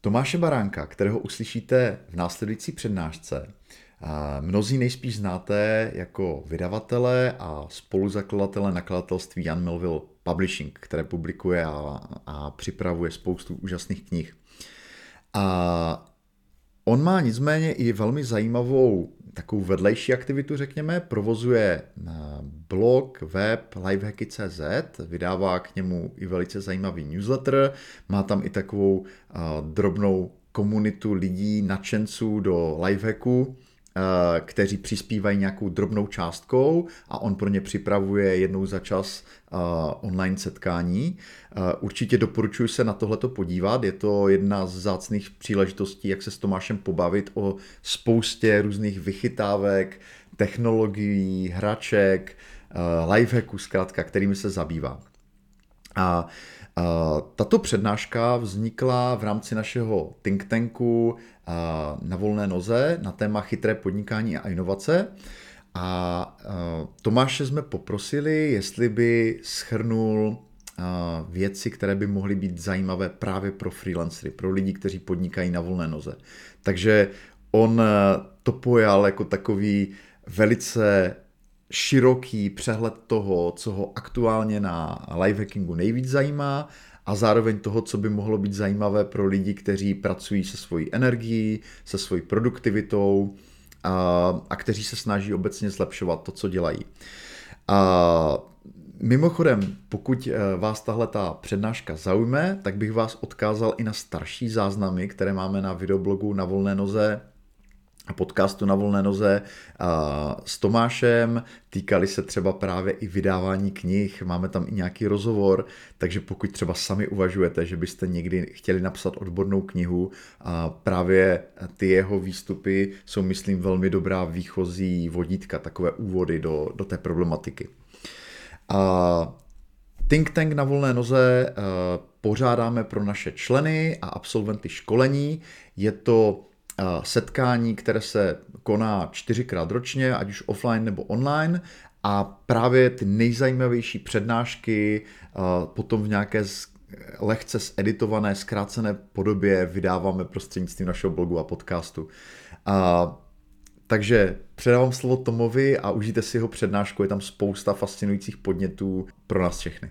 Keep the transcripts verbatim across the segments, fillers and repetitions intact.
Tomáše Baránka, kterého uslyšíte v následující přednášce, mnozí nejspíš znáte jako vydavatele a spoluzakladatele nakladatelství Jan Melville Publishing, které publikuje a, a připravuje spoustu úžasných knih. A on má nicméně i velmi zajímavou takovou vedlejší aktivitu, řekněme, provozuje blog, web lifehacky tečka cé zet, vydává k němu i velice zajímavý newsletter, má tam i takovou uh, drobnou komunitu lidí, nadšenců do lifehacku, kteří přispívají nějakou drobnou částkou a on pro ně připravuje jednou za čas online setkání. Určitě doporučuji se na tohleto podívat, je to jedna z vzácných příležitostí, jak se s Tomášem pobavit o spoustě různých vychytávek, technologií, hraček, lifehacků zkrátka, kterými se zabývá. A tato přednáška vznikla v rámci našeho think tanku Na volné noze na téma chytré podnikání a inovace. A Tomáše jsme poprosili, jestli by shrnul věci, které by mohly být zajímavé právě pro freelancery, pro lidi, kteří podnikají na volné noze. Takže on to pojal jako takový velice široký přehled toho, co ho aktuálně na lifehackingu nejvíc zajímá a zároveň toho, co by mohlo být zajímavé pro lidi, kteří pracují se svojí energií, se svojí produktivitou a, a kteří se snaží obecně zlepšovat to, co dělají. A mimochodem, pokud vás tahle ta přednáška zaujme, tak bych vás odkázal i na starší záznamy, které máme na videoblogu Na volné noze a podcastu Na volné noze s Tomášem, týkali se třeba právě i vydávání knih, máme tam i nějaký rozhovor, takže pokud třeba sami uvažujete, že byste někdy chtěli napsat odbornou knihu, a právě ty jeho výstupy jsou, myslím, velmi dobrá výchozí vodítka, takové úvody do, do té problematiky. A Think Tank Na volné noze pořádáme pro naše členy a absolventy školení, je to setkání, které se koná čtyřikrát ročně, ať už offline nebo online, a právě ty nejzajímavější přednášky potom v nějaké lehce zeditované, zkrácené podobě vydáváme prostřednictvím našeho blogu a podcastu. A, takže předávám slovo Tomovi a užijte si jeho přednášku, je tam spousta fascinujících podnětů pro nás všechny.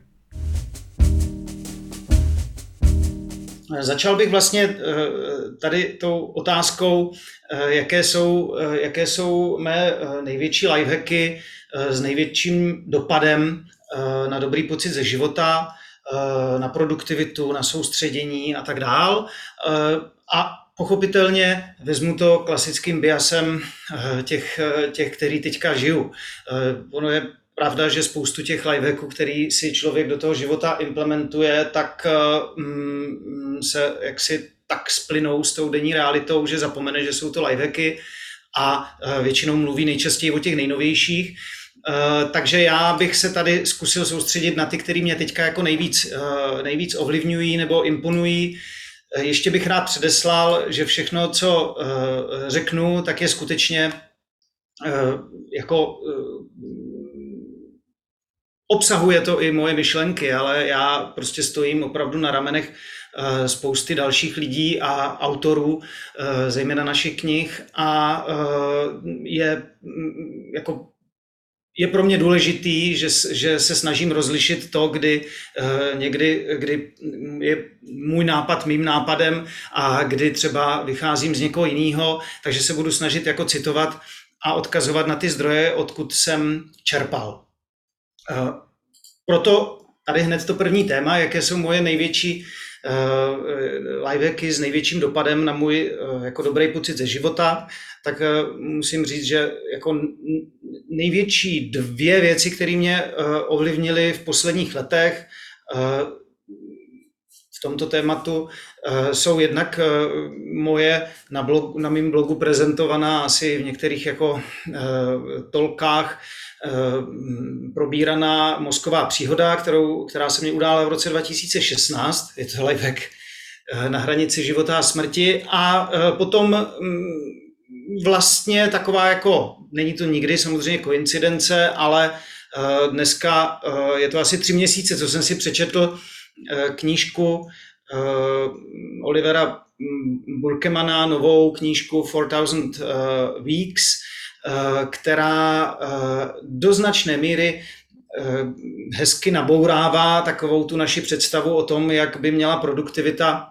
Začal bych vlastně tady tou otázkou, jaké jsou, jaké jsou mé největší lifehacky s největším dopadem na dobrý pocit ze života, na produktivitu, na soustředění a tak dál. A pochopitelně vezmu to klasickým biasem těch, těch který teďka žiju. Ono je pravda, že spoustu těch lifehacků, který si člověk do toho života implementuje, tak mm, se jaksi tak splynou s tou denní realitou, že zapomene, že jsou to lifehacky a většinou mluví nejčastěji o těch nejnovějších. Takže já bych se tady zkusil soustředit na ty, který mě teďka jako nejvíc, nejvíc ovlivňují nebo imponují. Ještě bych rád předeslal, že všechno, co řeknu, tak je skutečně jako obsahuje to i moje myšlenky, ale já prostě stojím opravdu na ramenech spousty dalších lidí a autorů, zejména našich knih, a je, jako, je pro mě důležitý, že, že se snažím rozlišit to, kdy někdy kdy je můj nápad mým nápadem a kdy třeba vycházím z někoho jiného, takže se budu snažit jako citovat a odkazovat na ty zdroje, odkud jsem čerpal. Proto tady hned to první téma, jaké jsou moje největší uh, lifehacky s největším dopadem na můj uh, jako dobrý pocit ze života, tak uh, musím říct, že jako největší dvě věci, které mě uh, ovlivnily v posledních letech uh, v tomto tématu, uh, jsou jednak uh, moje na, blog, na mém blogu prezentovaná asi v některých jako uh, tolkách probíraná mozková příhoda, kterou, která se mě udála v roce dva tisíce šestnáct, je to lifehack na hranici života a smrti, a potom vlastně taková jako, není to nikdy samozřejmě koincidence, ale dneska je to asi tři měsíce, co jsem si přečetl knížku Olivera Burkemana novou knížku four thousand Weeks, která do značné míry hezky nabourává takovou tu naši představu o tom, jak by měla produktivita,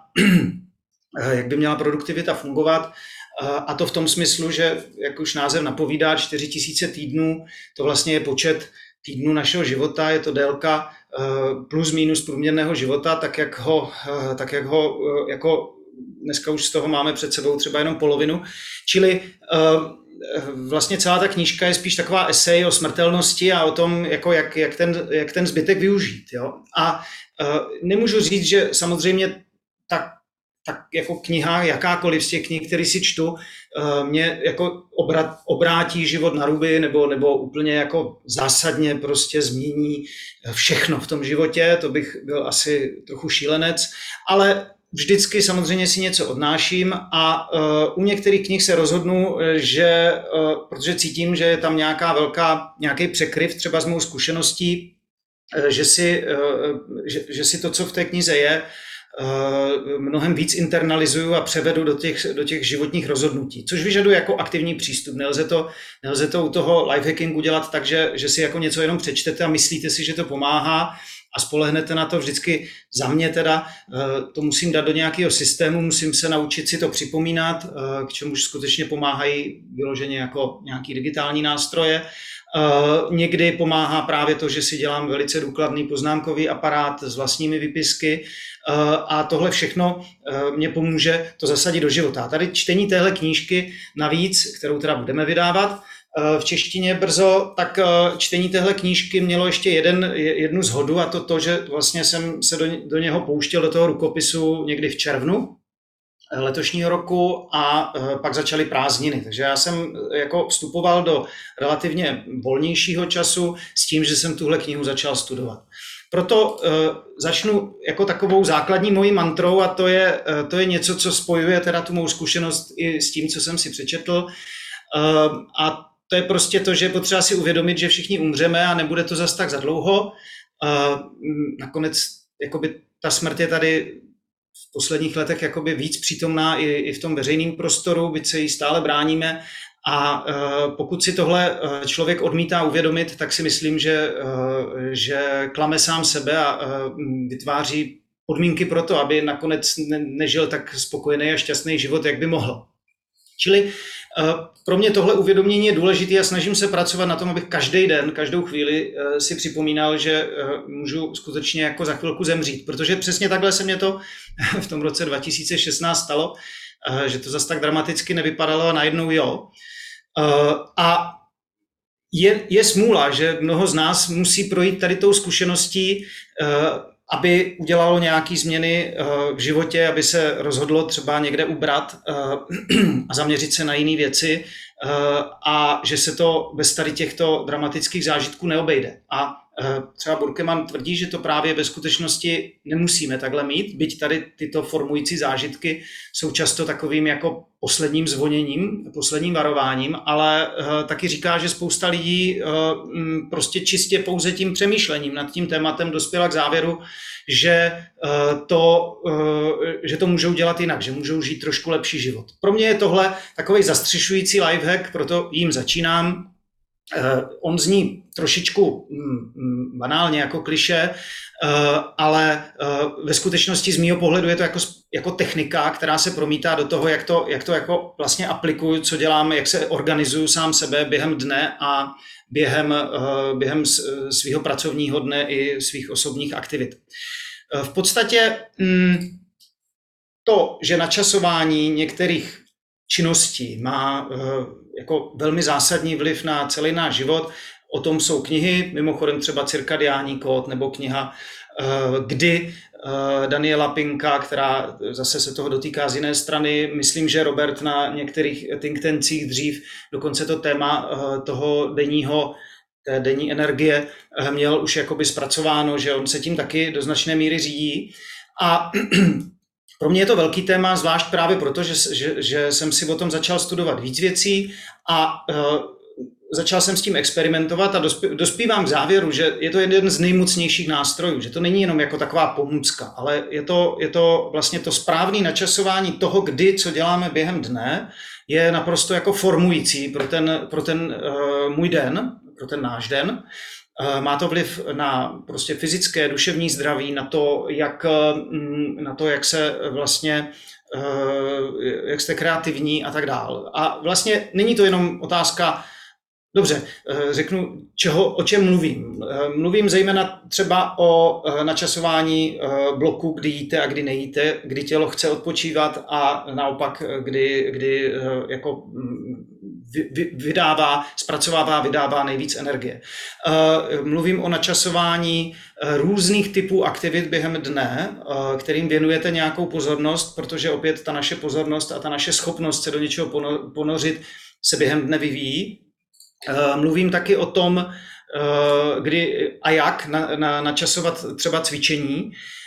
jak by měla produktivita fungovat. A to v tom smyslu, že, jak už název napovídá, čtyři tisíce týdnů, to vlastně je počet týdnů našeho života, je to délka plus minus průměrného života, tak jak ho, tak jak ho jako dneska už z toho máme před sebou třeba jenom polovinu. Čili vlastně celá ta knížka je spíš taková esej o smrtelnosti a o tom, jako jak, jak, ten, jak ten zbytek využít. Jo? A nemůžu říct, že samozřejmě tak tak jako kniha, jakákoliv z těch knih, který si čtu, mě jako obrat, obrátí život na ruby nebo, nebo úplně jako zásadně prostě změní všechno v tom životě, to bych byl asi trochu šílenec, ale vždycky samozřejmě si něco odnáším a u některých knih se rozhodnu, že, protože cítím, že je tam nějaká velká, nějaký překryv třeba s mou zkušeností, že si, že, že si to, co v té knize je, mnohem víc internalizuju a převedu do těch, do těch životních rozhodnutí, což vyžaduje jako aktivní přístup. Nelze to, nelze to u toho lifehackingu dělat tak, že, že si jako něco jenom přečtete a myslíte si, že to pomáhá a spolehnete na to. Vždycky za mě teda to musím dát do nějakého systému, musím se naučit si to připomínat, k čemuž skutečně pomáhají vyloženě jako nějaký digitální nástroje. Uh, někdy pomáhá právě to, že si dělám velice důkladný poznámkový aparát s vlastními výpisky uh, a tohle všechno uh, mě pomůže to zasadit do života. Tady čtení téhle knížky navíc, kterou teda budeme vydávat uh, v češtině brzo, tak uh, čtení téhle knížky mělo ještě jeden, jednu zhodu a to to, že vlastně jsem se do, do něho pouštěl do toho rukopisu někdy v červnu letošního roku a pak začaly prázdniny. Takže já jsem jako vstupoval do relativně volnějšího času s tím, že jsem tuhle knihu začal studovat. Proto uh, začnu jako takovou základní mojí mantrou a to je, uh, to je něco, co spojuje teda tu mou zkušenost i s tím, co jsem si přečetl. Uh, a to je prostě to, že je potřeba si uvědomit, že všichni umřeme a nebude to zas tak za dlouho. Uh, nakonec jakoby ta smrt je tady v posledních letech jakoby víc přítomná i, i v tom veřejném prostoru, byť se jí stále bráníme. A uh, pokud si tohle uh, člověk odmítá uvědomit, tak si myslím, že, uh, že klame sám sebe a uh, vytváří podmínky pro to, aby nakonec ne, nežil tak spokojený a šťastný život, jak by mohl. Čili uh, pro mě tohle uvědomění je důležité a snažím se pracovat na tom, abych každý den, každou chvíli uh, si připomínal, že uh, můžu skutečně jako za chvilku zemřít, protože přesně takhle se mě to v tom roce dva tisíce šestnáct stalo, uh, že to zas tak dramaticky nevypadalo a najednou jo. Uh, a je, je smůla, že mnoho z nás musí projít tady tou zkušeností, uh, aby udělalo nějaké změny uh, v životě, aby se rozhodlo třeba někde ubrat uh, a zaměřit se na jiné věci uh, a že se to bez tady těchto dramatických zážitků neobejde. A uh, třeba Burkeman tvrdí, že to právě ve skutečnosti nemusíme takhle mít, byť tady tyto formující zážitky jsou často takovým jako posledním zvoněním, posledním varováním, ale uh, taky říká, že spousta lidí uh, prostě čistě pouze tím přemýšlením nad tím tématem dospěla k závěru, že, uh, to, uh, že to můžou dělat jinak, že můžou žít trošku lepší život. Pro mě je tohle takový zastřešující lifehack, proto jím začínám. Uh, on zní trošičku mm, banálně jako klišé, uh, ale uh, ve skutečnosti z mýho pohledu je to jako, jako technika, která se promítá do toho, jak to, jak to jako vlastně aplikuju, co dělám, jak se organizuju sám sebe během dne a během, uh, během svého pracovního dne i svých osobních aktivit. Uh, v podstatě mm, to, že načasování některých činností má uh, jako velmi zásadní vliv na celý náš život. O tom jsou knihy, mimochodem třeba Cirkadiální kód nebo kniha uh, Kdy uh, Daniela Pinka, která zase se toho dotýká z jiné strany. Myslím, že Robert na některých think tancích dřív dokonce to téma uh, toho denního té denní energie uh, měl už jakoby zpracováno, že on se tím taky do značné míry řídí. A pro mě je to velký téma, zvlášť právě proto, že, že, že jsem si o tom začal studovat víc věcí a uh, začal jsem s tím experimentovat a dospívám k závěru, že je to jeden z nejmocnějších nástrojů, že to není jenom jako taková pomůcka, ale je to, je to vlastně to správné načasování toho, kdy, co děláme během dne, je naprosto jako formující pro ten, pro ten uh, můj den, pro ten náš den. Uh, má to vliv na prostě fyzické, duševní zdraví, na to, jak, uh, na to, jak se vlastně jak jste kreativní a tak dál. A vlastně není to jenom otázka, dobře, řeknu, čeho, o čem mluvím. Mluvím zejména třeba o načasování bloku, kdy jíte a kdy nejíte, kdy tělo chce odpočívat a naopak, kdy, kdy jako vydává, zpracovává, vydává nejvíc energie. Mluvím o načasování různých typů aktivit během dne, kterým věnujete nějakou pozornost, protože opět ta naše pozornost a ta naše schopnost se do něčeho ponořit se během dne vyvíjí. Mluvím taky o tom, kdy a jak na, na, načasovat třeba cvičení.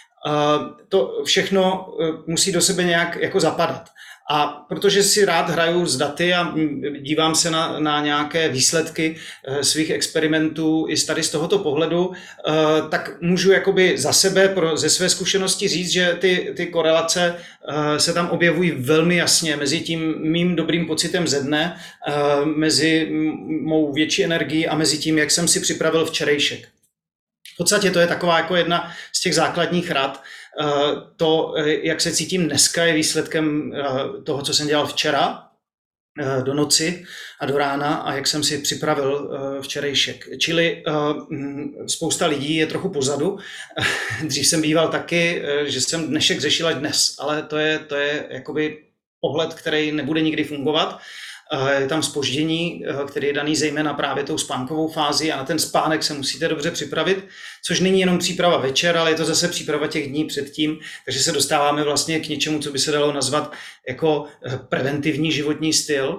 To všechno musí do sebe nějak jako zapadat. A protože si rád hraju s daty a dívám se na, na nějaké výsledky svých experimentů i tady z tohoto pohledu, tak můžu jakoby za sebe, pro, ze své zkušenosti říct, že ty, ty korelace se tam objevují velmi jasně mezi tím mým dobrým pocitem ze dne, mezi mou větší energií a mezi tím, jak jsem si připravil včerejšek. V podstatě to je taková jako jedna z těch základních rad. To, jak se cítím dneska, je výsledkem toho, co jsem dělal včera do noci a do rána a jak jsem si připravil včerejšek. Čili spousta lidí je trochu pozadu. Dřív jsem býval taky, že jsem dnešek řešil až dnes, ale to je, to je jakoby pohled, který nebude nikdy fungovat. Je tam zpoždění, který je daný zejména právě tou spánkovou fází a na ten spánek se musíte dobře připravit, což není jenom příprava večer, ale je to zase příprava těch dní předtím, takže se dostáváme vlastně k něčemu, co by se dalo nazvat jako preventivní životní styl,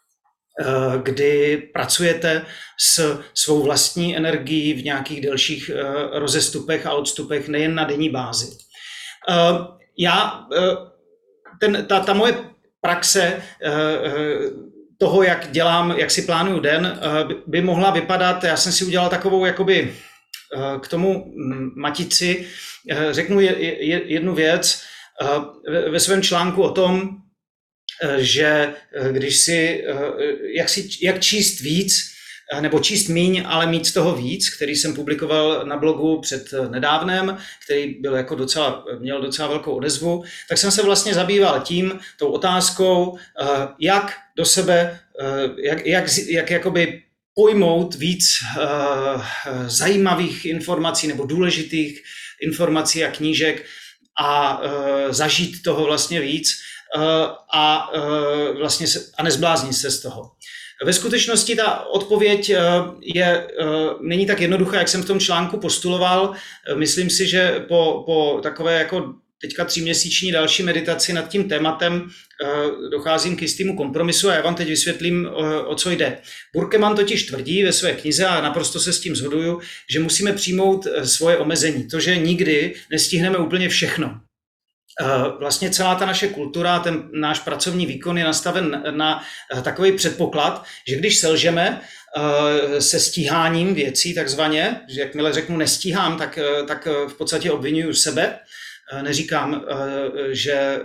kdy pracujete s svou vlastní energií v nějakých delších rozestupech a odstupech, nejen na denní bázi. Já, ten, ta, ta moje praxe toho, jak dělám, jak si plánuju den, by mohla vypadat, já jsem si udělal takovou jakoby k tomu matici, řeknu jednu věc ve svém článku o tom, že když si, jak, si, jak číst víc, nebo číst míň, ale mít z toho víc, který jsem publikoval na blogu před nedávnem, který byl jako docela, měl docela velkou odezvu, tak jsem se vlastně zabýval tím, tou otázkou, jak do sebe, jak, jak, jak jakoby pojmout víc uh, zajímavých informací nebo důležitých informací a knížek a uh, zažít toho vlastně víc uh, a uh, vlastně se, a nezbláznit se z toho. Ve skutečnosti ta odpověď je, není tak jednoduchá, jak jsem v tom článku postuloval. Myslím si, že po, po takové jako teďka tříměsíční další meditaci nad tím tématem docházím k jistému kompromisu a já vám teď vysvětlím, o co jde. Burkeman totiž tvrdí ve své knize, a naprosto se s tím shoduju, že musíme přijmout svoje omezení. To, že nikdy nestihneme úplně všechno. Vlastně celá ta naše kultura, ten náš pracovní výkon je nastaven na takový předpoklad, že když selžeme se stíháním věcí takzvaně, že jakmile řeknu nestíhám, tak, tak v podstatě obvinuju sebe. Neříkám, že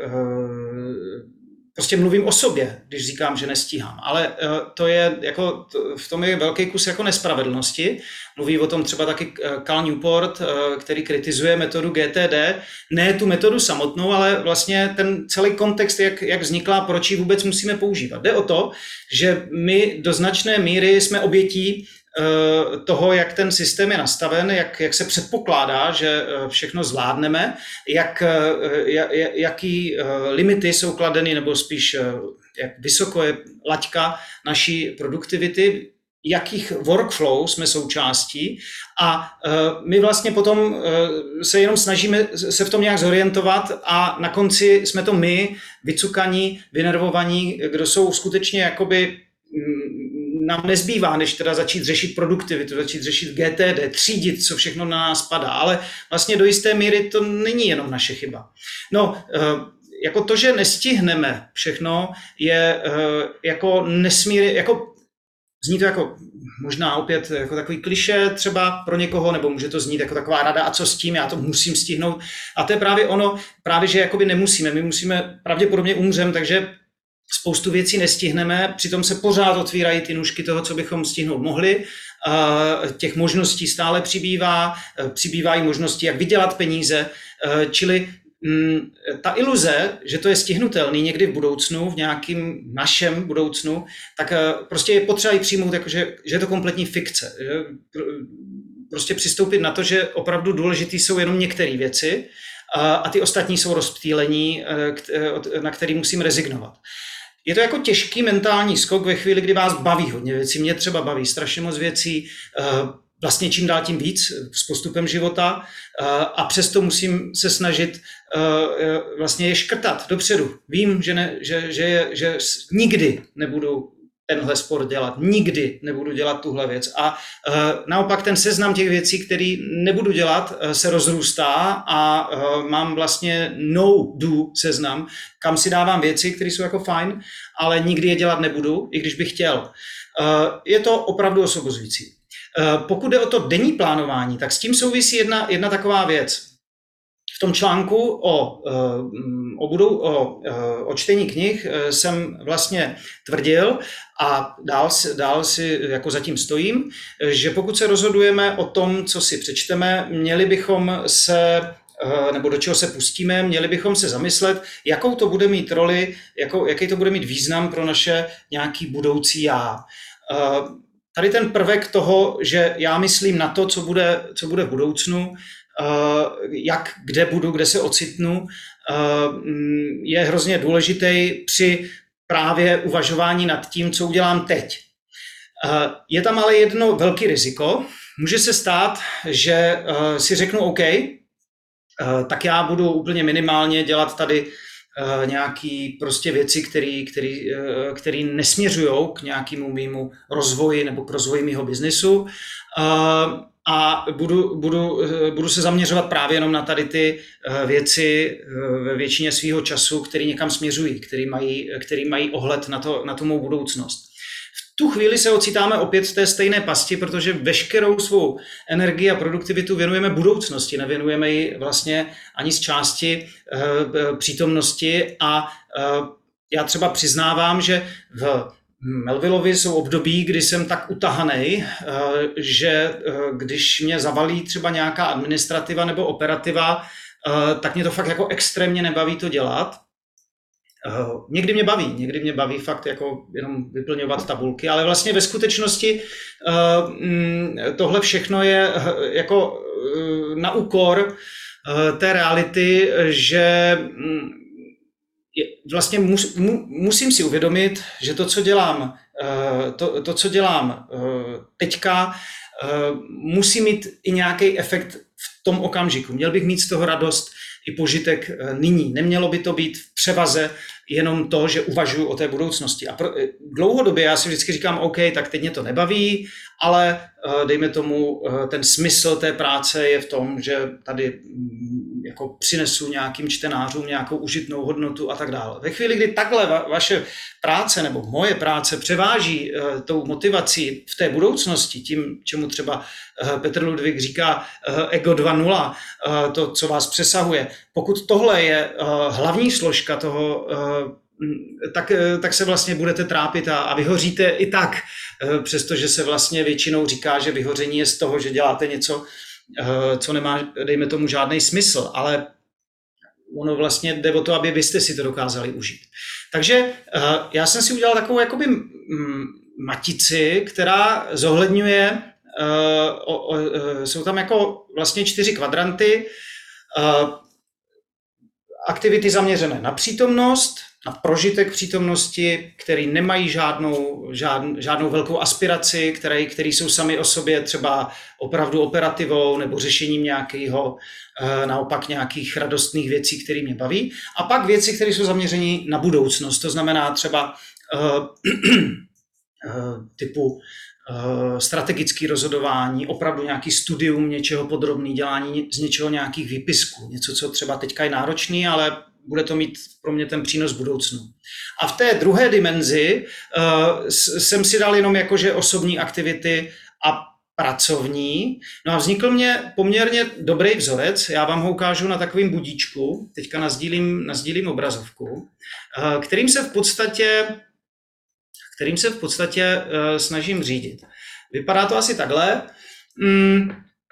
prostě mluvím o sobě, když říkám, že nestíhám, ale to je jako, v tom je velký kus jako nespravedlnosti. Mluví o tom třeba taky Cal Newport, který kritizuje metodu G T D, ne tu metodu samotnou, ale vlastně ten celý kontext, jak, jak vznikla, proč ji vůbec musíme používat. Jde o to, že my do značné míry jsme obětí toho, jak ten systém je nastaven, jak, jak se předpokládá, že všechno zvládneme, jak, jak, jaký limity jsou kladeny, nebo spíš jak vysoko je laťka naší produktivity, jakých workflow jsme součástí a my vlastně potom se jenom snažíme se v tom nějak zorientovat a na konci jsme to my, vycukaní, vynervovaní, kdo jsou skutečně jakoby nám nezbývá, než teda začít řešit produktivitu, začít řešit G T D, třídit, co všechno na nás padá, ale vlastně do jisté míry to není jenom naše chyba. No, jako to, že nestihneme všechno, je jako nesmírně, jako zní to jako možná opět jako takový klišé třeba pro někoho, nebo může to znít jako taková rada, a co s tím, já to musím stihnout. A to je právě ono, právě že jakoby nemusíme, my musíme, pravděpodobně umřem, takže spoustu věcí nestihneme, přitom se pořád otvírají ty nůžky toho, co bychom stihnout mohli. Těch možností stále přibývá, přibývají možnosti, jak vydělat peníze, čili ta iluze, že to je stihnutelný někdy v budoucnu, v nějakým našem budoucnu, tak prostě je potřeba ji přijmout, jako že, že je to kompletní fikce. Že prostě přistoupit na to, že opravdu důležitý jsou jenom některé věci a ty ostatní jsou rozptýlení, na který musím rezignovat. Je to jako těžký mentální skok ve chvíli, kdy vás baví hodně věcí. Mě třeba baví strašně moc věcí, vlastně čím dál tím víc s postupem života a přesto musím se snažit vlastně je škrtat dopředu. Vím, že, ne, že, že, že nikdy nebudu tenhle sport dělat, nikdy nebudu dělat tuhle věc. A naopak ten seznam těch věcí, které nebudu dělat, se rozrůstá a mám vlastně no-do seznam, kam si dávám věci, které jsou jako fajn, ale nikdy je dělat nebudu, i když bych chtěl. Je to opravdu osvobozující. Pokud jde o to denní plánování, tak s tím souvisí jedna, jedna taková věc. V tom článku o, o, budou, o, o čtení knih jsem vlastně tvrdil a dál, dál si jako zatím stojím, že pokud se rozhodujeme o tom, co si přečteme, měli bychom se nebo do čeho se pustíme, měli bychom se zamyslet, jakou to bude mít roli, jakou, jaký to bude mít význam pro naše nějaký budoucí já. Tady ten prvek toho, že já myslím na to, co bude, co bude v budoucnu, jak, kde budu, kde se ocitnu, je hrozně důležitý při právě uvažování nad tím, co udělám teď. Je tam ale jedno velké riziko. Může se stát, že si řeknu OK, tak já budu úplně minimálně dělat tady nějaký prostě věci, které který, který nesměřují k nějakému mému rozvoji nebo k rozvoji mého biznesu. A budu, budu, budu se zaměřovat právě jenom na tady ty věci ve většině svého času, které někam směřují, které mají, který mají ohled na, to, na tu mou budoucnost. V tu chvíli se ocitáme opět v té stejné pasti, protože veškerou svou energii a produktivitu věnujeme budoucnosti, nevěnujeme ji vlastně ani z části přítomnosti a já třeba přiznávám, že v Melvillovi jsou období, kdy jsem tak utahanej, že když mě zavalí třeba nějaká administrativa nebo operativa, tak mě to fakt jako extrémně nebaví to dělat. Někdy mě baví, někdy mě baví fakt jako jenom vyplňovat tabulky, ale vlastně ve skutečnosti tohle všechno je jako na úkor té reality, že vlastně mus, mu, musím si uvědomit, že to, co dělám, to, to, co dělám teďka, musí mít i nějaký efekt v tom okamžiku. Měl bych mít z toho radost i požitek nyní. Nemělo by to být v převaze jenom to, že uvažuji o té budoucnosti. A pro, dlouhodobě já si vždycky říkám, OK, tak teď mě to nebaví, ale dejme tomu, ten smysl té práce je v tom, že tady jako přinesu nějakým čtenářům nějakou užitnou hodnotu a tak dále. Ve chvíli, kdy takhle va- vaše práce nebo moje práce převáží uh, tou motivací v té budoucnosti, tím, čemu třeba uh, Petr Ludvík říká uh, ego dva tečka nula, uh, to, co vás přesahuje. Pokud tohle je uh, hlavní složka toho, uh, tak, tak se vlastně budete trápit a, a vyhoříte i tak, uh, přestože se vlastně většinou říká, že vyhoření je z toho, že děláte něco, co nemá, dejme tomu, žádný smysl, ale ono vlastně jde o to, aby vy jste si to dokázali užít. Takže já jsem si udělal takovou jakoby matici, která zohledňuje, jsou tam jako vlastně čtyři kvadranty, aktivity zaměřené na přítomnost, na prožitek přítomnosti, který nemají žádnou, žádnou, žádnou velkou aspiraci, které, které jsou sami o sobě třeba opravdu operativou nebo řešením nějakého, naopak nějakých radostných věcí, které mě baví. A pak věci, které jsou zaměřené na budoucnost, to znamená třeba uh, uh, typu uh, strategické rozhodování, opravdu nějaký studium něčeho podrobný, dělání z něčeho nějakých výpisků, něco, co třeba teďka je náročný, ale bude to mít pro mě ten přínos v budoucnu. A v té druhé dimenzi uh, jsem si dal jenom jakože osobní aktivity a pracovní. No a vznikl mě poměrně dobrý vzorec, já vám ho ukážu na takovým budíčku, teďka nazdílím, nazdílím obrazovku, uh, kterým se v podstatě, kterým se v podstatě uh, snažím řídit. Vypadá to asi takhle. Mm,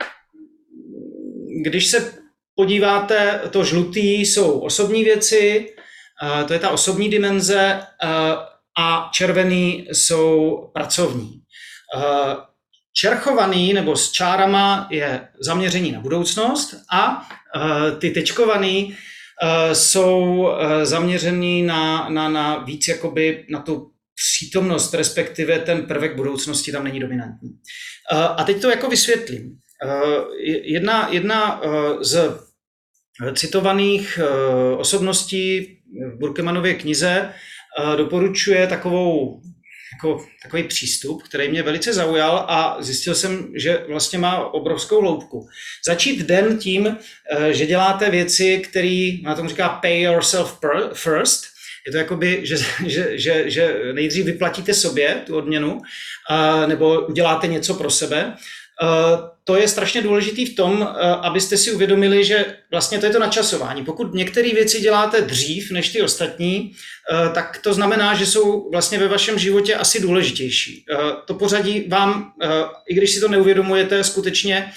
když se podíváte, to žlutý jsou osobní věci, to je ta osobní dimenze, a červený jsou pracovní. Čerchovaný nebo s čárama je zaměření na budoucnost a ty tečkovaný jsou zaměřený na, na, na víc jakoby na tu přítomnost, respektive ten prvek budoucnosti tam není dominantní. A teď to jako vysvětlím. Jedna, jedna z citovaných osobností v Burkemanově knize doporučuje takovou, jako, takový přístup, který mě velice zaujal a zjistil jsem, že vlastně má obrovskou hloubku. Začít den tím, že děláte věci, které, na tom říká pay yourself first. Je to jakoby, že, že, že, že nejdřív vyplatíte sobě tu odměnu nebo uděláte něco pro sebe. To je strašně důležitý v tom, abyste si uvědomili, že vlastně to je to načasování. Pokud některé věci děláte dřív než ty ostatní, tak to znamená, že jsou vlastně ve vašem životě asi důležitější. To pořadí vám, i když si to neuvědomujete, skutečně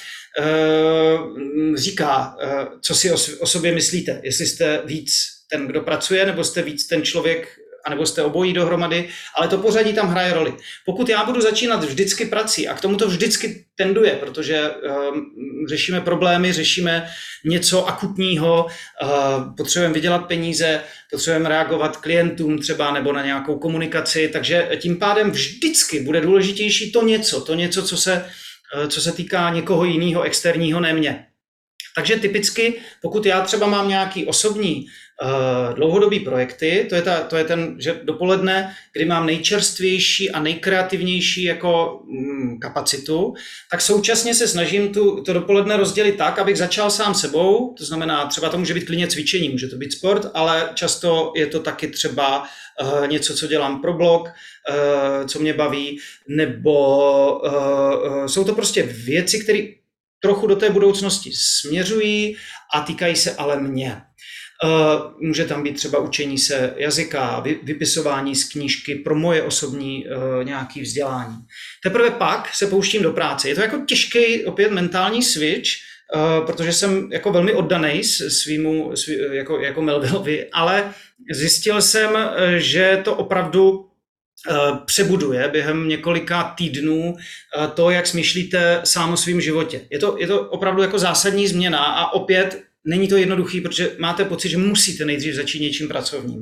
říká, co si o sobě myslíte. Jestli jste víc ten, kdo pracuje, nebo jste víc ten člověk, anebo jste obojí dohromady, ale to pořadí tam hraje roli. Pokud já budu začínat vždycky prací, a k tomu to vždycky tenduje, protože um, řešíme problémy, řešíme něco akutního, uh, potřebujeme vydělat peníze, potřebujeme reagovat klientům třeba nebo na nějakou komunikaci, takže tím pádem vždycky bude důležitější to něco, to něco, co se, uh, co se týká někoho jiného, externího, ne mě. Takže typicky, pokud já třeba mám nějaký osobní uh, dlouhodobý projekty, to je, ta, to je ten, že dopoledne, kdy mám nejčerstvější a nejkreativnější jako mm, kapacitu, tak současně se snažím tu, to dopoledne rozdělit tak, abych začal sám sebou, to znamená, třeba to může být klidně cvičení, může to být sport, ale často je to taky třeba uh, něco, co dělám pro blog, uh, co mě baví, nebo uh, uh, jsou to prostě věci, které trochu do té budoucnosti směřují a týkají se ale mě. Může tam být třeba učení se jazyka, vypisování z knížky pro moje osobní nějaké vzdělání. Teprve pak se pouštím do práce. Je to jako těžký opět mentální switch, protože jsem jako velmi oddaný svýmu, svý, jako, jako Melvillovi, ale zjistil jsem, že to opravdu přebuduje během několika týdnů to, jak smýšlíte sám o svém životě. Je to, je to opravdu jako zásadní změna a opět není to jednoduchý, protože máte pocit, že musíte nejdřív začít něčím pracovním.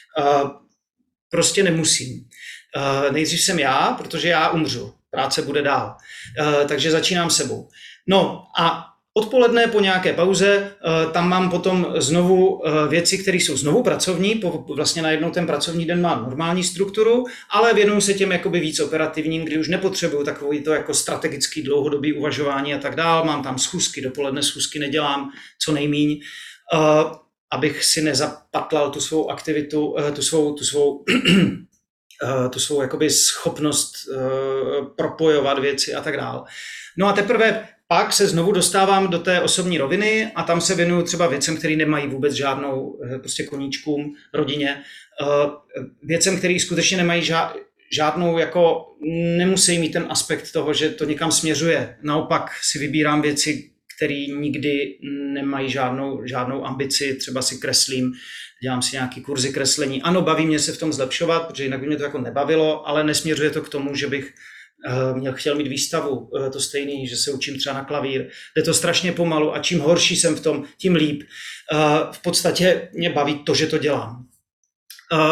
Prostě nemusím. Nejdřív jsem já, protože já umřu. Práce bude dál. Takže začínám sebou. No a odpoledne po nějaké pauze tam mám potom znovu věci, které jsou znovu pracovní, vlastně najednou ten pracovní den má normální strukturu, ale věnuju se těm jakoby víc operativním, kdy už nepotřebuju takový to jako strategický dlouhodobý uvažování a tak dál. Mám tam schůzky, dopoledne schůzky nedělám, co nejmíň, abych si nezapatlal tu svou aktivitu, tu svou, tu svou, tu svou jakoby schopnost propojovat věci a tak dál. No a teprve pak se znovu dostávám do té osobní roviny a tam se věnuju třeba věcem, které nemají vůbec žádnou, prostě koníčkům, rodině, věcem, které skutečně nemají žádnou, jako nemusí mít ten aspekt toho, že to někam směřuje. Naopak si vybírám věci, které nikdy nemají žádnou, žádnou ambici, třeba si kreslím, dělám si nějaký kurzy kreslení. Ano, baví mě se v tom zlepšovat, protože jinak by mě to jako nebavilo, ale nesměřuje to k tomu, že bych měl, chtěl mít výstavu, to stejný, že se učím třeba na klavír. Jde to strašně pomalu a čím horší jsem v tom, tím líp. V podstatě mě baví to, že to dělám.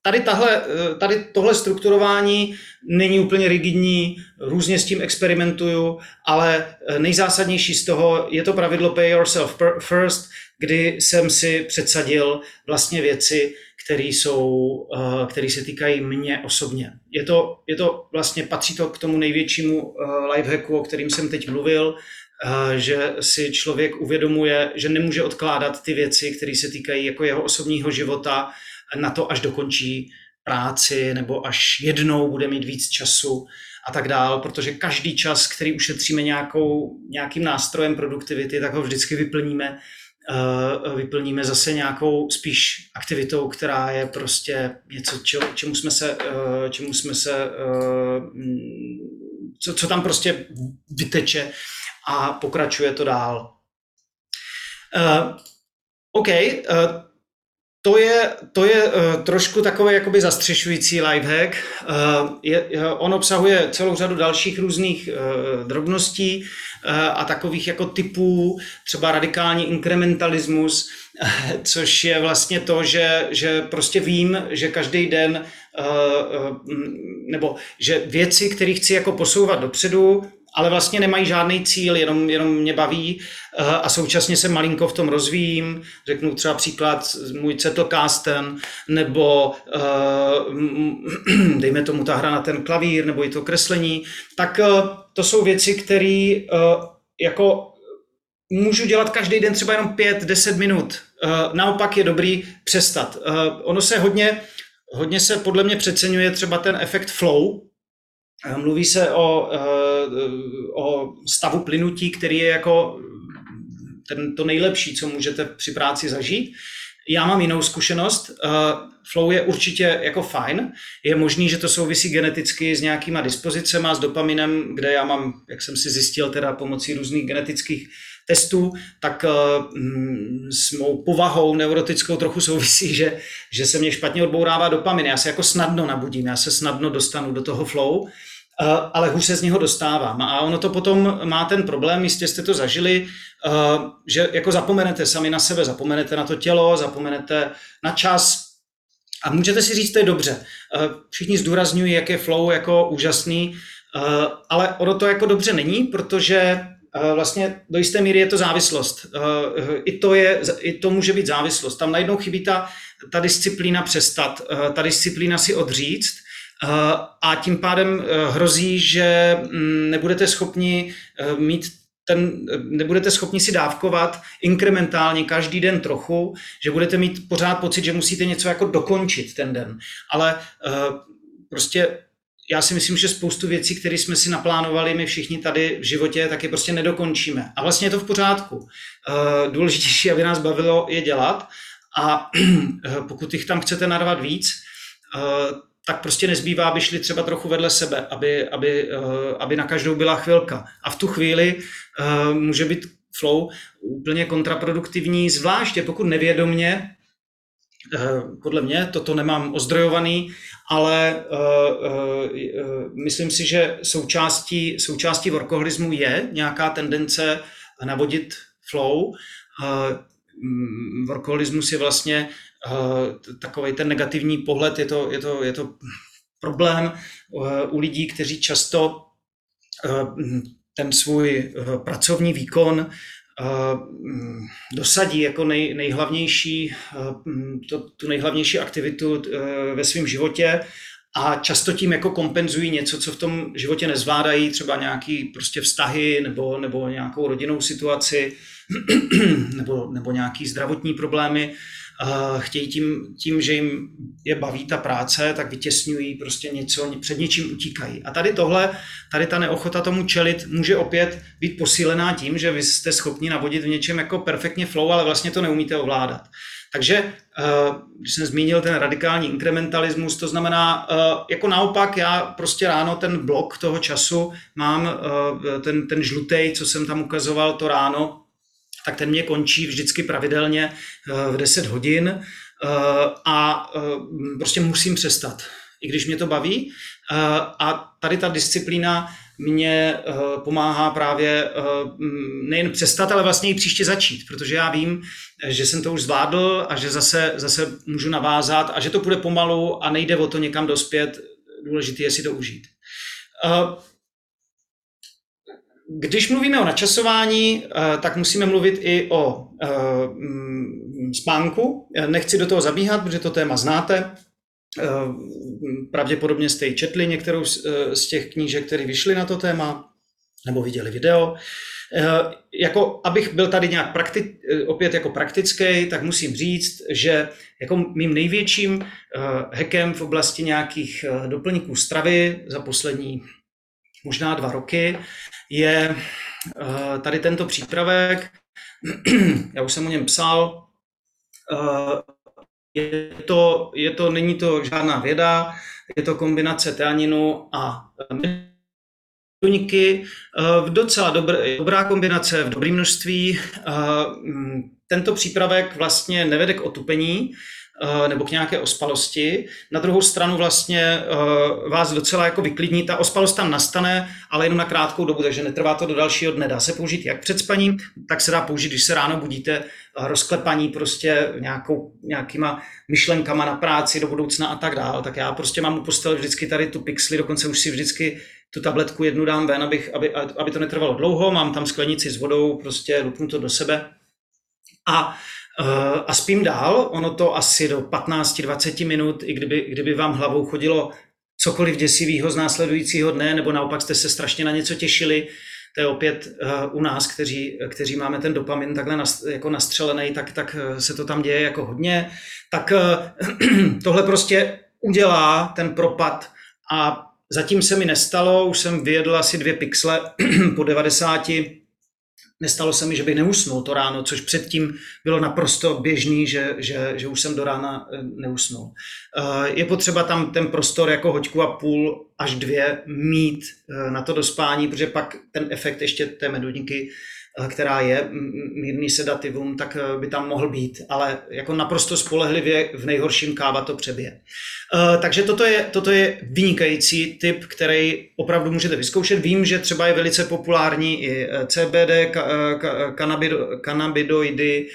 tady, tahle, tady tohle strukturování není úplně rigidní, různě s tím experimentuju, ale nejzásadnější z toho je to pravidlo pay yourself first, kdy jsem si předsadil vlastně věci, které jsou, které se týkají mě osobně. Je to, je to vlastně, patří to k tomu největšímu lifehacku, o kterým jsem teď mluvil, že si člověk uvědomuje, že nemůže odkládat ty věci, které se týkají jako jeho osobního života na to, až dokončí práci nebo až jednou bude mít víc času a tak dál, protože každý čas, který ušetříme nějakou, nějakým nástrojem produktivity, tak ho vždycky vyplníme, uh, vyplníme zase nějakou spíš aktivitou, která je prostě něco, čo, čemu jsme se, uh, čemu jsme se uh, co, co tam prostě vyteče a pokračuje to dál. Uh, OK, uh, To je, to je uh, trošku takový jakoby zastřešující lifehack. Uh, je, on obsahuje celou řadu dalších různých uh, drobností uh, a takových jako typů, třeba radikální inkrementalismus, uh, což je vlastně to, že, že prostě vím, že každý den uh, uh, nebo že věci, které chci jako posouvat dopředu, ale vlastně nemají žádný cíl, jenom, jenom mě baví a současně se malinko v tom rozvíjím. Řeknu třeba příklad můj Zettelkasten, nebo dejme tomu ta hra na ten klavír, nebo i to kreslení. Tak to jsou věci, které jako můžu dělat každý den třeba jenom pět deset minut. Naopak je dobrý přestat. Ono se hodně, hodně se podle mě přeceňuje třeba ten efekt flow. Mluví se o, o stavu plynutí, který je jako ten, to nejlepší, co můžete při práci zažít. Já mám jinou zkušenost. Flow je určitě jako fajn. Je možný, že to souvisí geneticky s nějakýma dispozicema, s dopaminem, kde já mám, jak jsem si zjistil teda pomocí různých genetických testů, tak mm, s mou povahou neurotickou trochu souvisí, že, že se mě špatně odbourává dopamin. Já se jako snadno nabudím, já se snadno dostanu do toho flow, ale hůř se z něho dostávám. A ono to potom má ten problém, jistě jste to zažili, že jako zapomenete sami na sebe, zapomenete na to tělo, zapomenete na čas a můžete si říct, to je dobře. Všichni zdůrazňují, jak je flow jako úžasný, ale ono to jako dobře není, protože vlastně do jisté míry je to závislost. I to, je, i to může být závislost. Tam najednou chybí ta, ta disciplína přestat, ta disciplína si odříct a tím pádem hrozí, že nebudete schopni mít ten, nebudete schopni si dávkovat inkrementálně každý den trochu, že budete mít pořád pocit, že musíte něco jako dokončit ten den. Ale prostě já si myslím, že spoustu věcí, které jsme si naplánovali my všichni tady v životě, tak je prostě nedokončíme. A vlastně je to v pořádku. Důležitější, aby nás bavilo, je dělat. A pokud jich tam chcete narvat víc, tak prostě nezbývá, aby šli třeba trochu vedle sebe, aby, aby, aby na každou byla chvilka. A v tu chvíli může být flow úplně kontraproduktivní, zvláště pokud nevědomně, podle mě, toto nemám ozdrojovaný, ale uh, uh, myslím si, že součástí, součástí workoholismu je nějaká tendence navodit flow. Uh, workoholismus je vlastně uh, takový ten negativní pohled, je to, je to, je to problém uh, u lidí, kteří často uh, ten svůj uh, pracovní výkon dosadí jako nej, nejhlavnější, to, tu nejhlavnější aktivitu ve svém životě a často tím jako kompenzují něco, co v tom životě nezvládají, třeba nějaký prostě vztahy nebo, nebo nějakou rodinnou situaci nebo, nebo nějaký zdravotní problémy. Chtějí tím, tím, že jim je baví ta práce, tak vytěsňují prostě něco, před něčím utíkají. A tady tohle, tady ta neochota tomu čelit může opět být posílená tím, že vy jste schopni navodit v něčem jako perfektně flow, ale vlastně to neumíte ovládat. Takže, když jsem zmínil ten radikální inkrementalismus, to znamená, jako naopak já prostě ráno ten blok toho času mám, ten, ten žlutej, co jsem tam ukazoval, to ráno, tak ten mě končí vždycky pravidelně v deset hodin a prostě musím přestat, i když mě to baví. A tady ta disciplína mě pomáhá právě nejen přestat, ale vlastně i příště začít, protože já vím, že jsem to už zvládl a že zase, zase můžu navázat a že to půjde pomalu a nejde o to někam dospět, důležité je si to užít. Když mluvíme o načasování, tak musíme mluvit i o spánku. Nechci do toho zabíhat, protože to téma znáte. Pravděpodobně jste ji četli některou z těch knížek, které vyšly na to téma, nebo viděli video. Jako, abych byl tady nějak prakti- opět jako praktický, tak musím říct, že jako mým největším hackem v oblasti nějakých doplňků stravy za poslední možná dva roky je tady tento přípravek. Já už jsem o něm psal. Je to, je to, není to žádná věda, je to kombinace teaninu a doplňky v docela dobré, dobrá kombinace, v dobrém množství. Tento přípravek vlastně nevede k otupení nebo k nějaké ospalosti. Na druhou stranu vlastně vás docela jako vyklidní. Ta ospalost tam nastane, ale jenom na krátkou dobu, takže netrvá to do dalšího dne. Dá se použít jak před spaním, tak se dá použít, když se ráno budíte, rozklepaní prostě nějakou, nějakýma myšlenkama na práci do budoucna a tak dál. Tak já prostě mám u postele vždycky tady tu pixli, dokonce už si vždycky tu tabletku jednu dám ven, abych, aby, aby to netrvalo dlouho. Mám tam sklenici s vodou, prostě lupnu to do sebe. A a spím dál, ono to asi do patnáct dvacet minut, i kdyby, kdyby vám hlavou chodilo cokoliv děsivého z následujícího dne, nebo naopak jste se strašně na něco těšili, to je opět uh, u nás, kteří, kteří máme ten dopamin takhle nas, jako nastřelený, tak, tak se to tam děje jako hodně. Tak uh, tohle prostě udělá ten propad a zatím se mi nestalo, už jsem vyjedl asi dvě pixle po devadesáti. Nestalo se mi, že bych neusnul to ráno, což předtím bylo naprosto běžný, že, že, že už jsem do rána neusnul. Je potřeba tam ten prostor jako hoďku a půl až dvě mít na to dospání, protože pak ten efekt ještě té medudníky, která je mírný sedativum, tak by tam mohl být, ale jako naprosto spolehlivě v nejhorším káva to přebije. Takže toto je, toto je vynikající tip, který opravdu můžete vyzkoušet. Vím, že třeba je velice populární i C B D, kanabidoidy.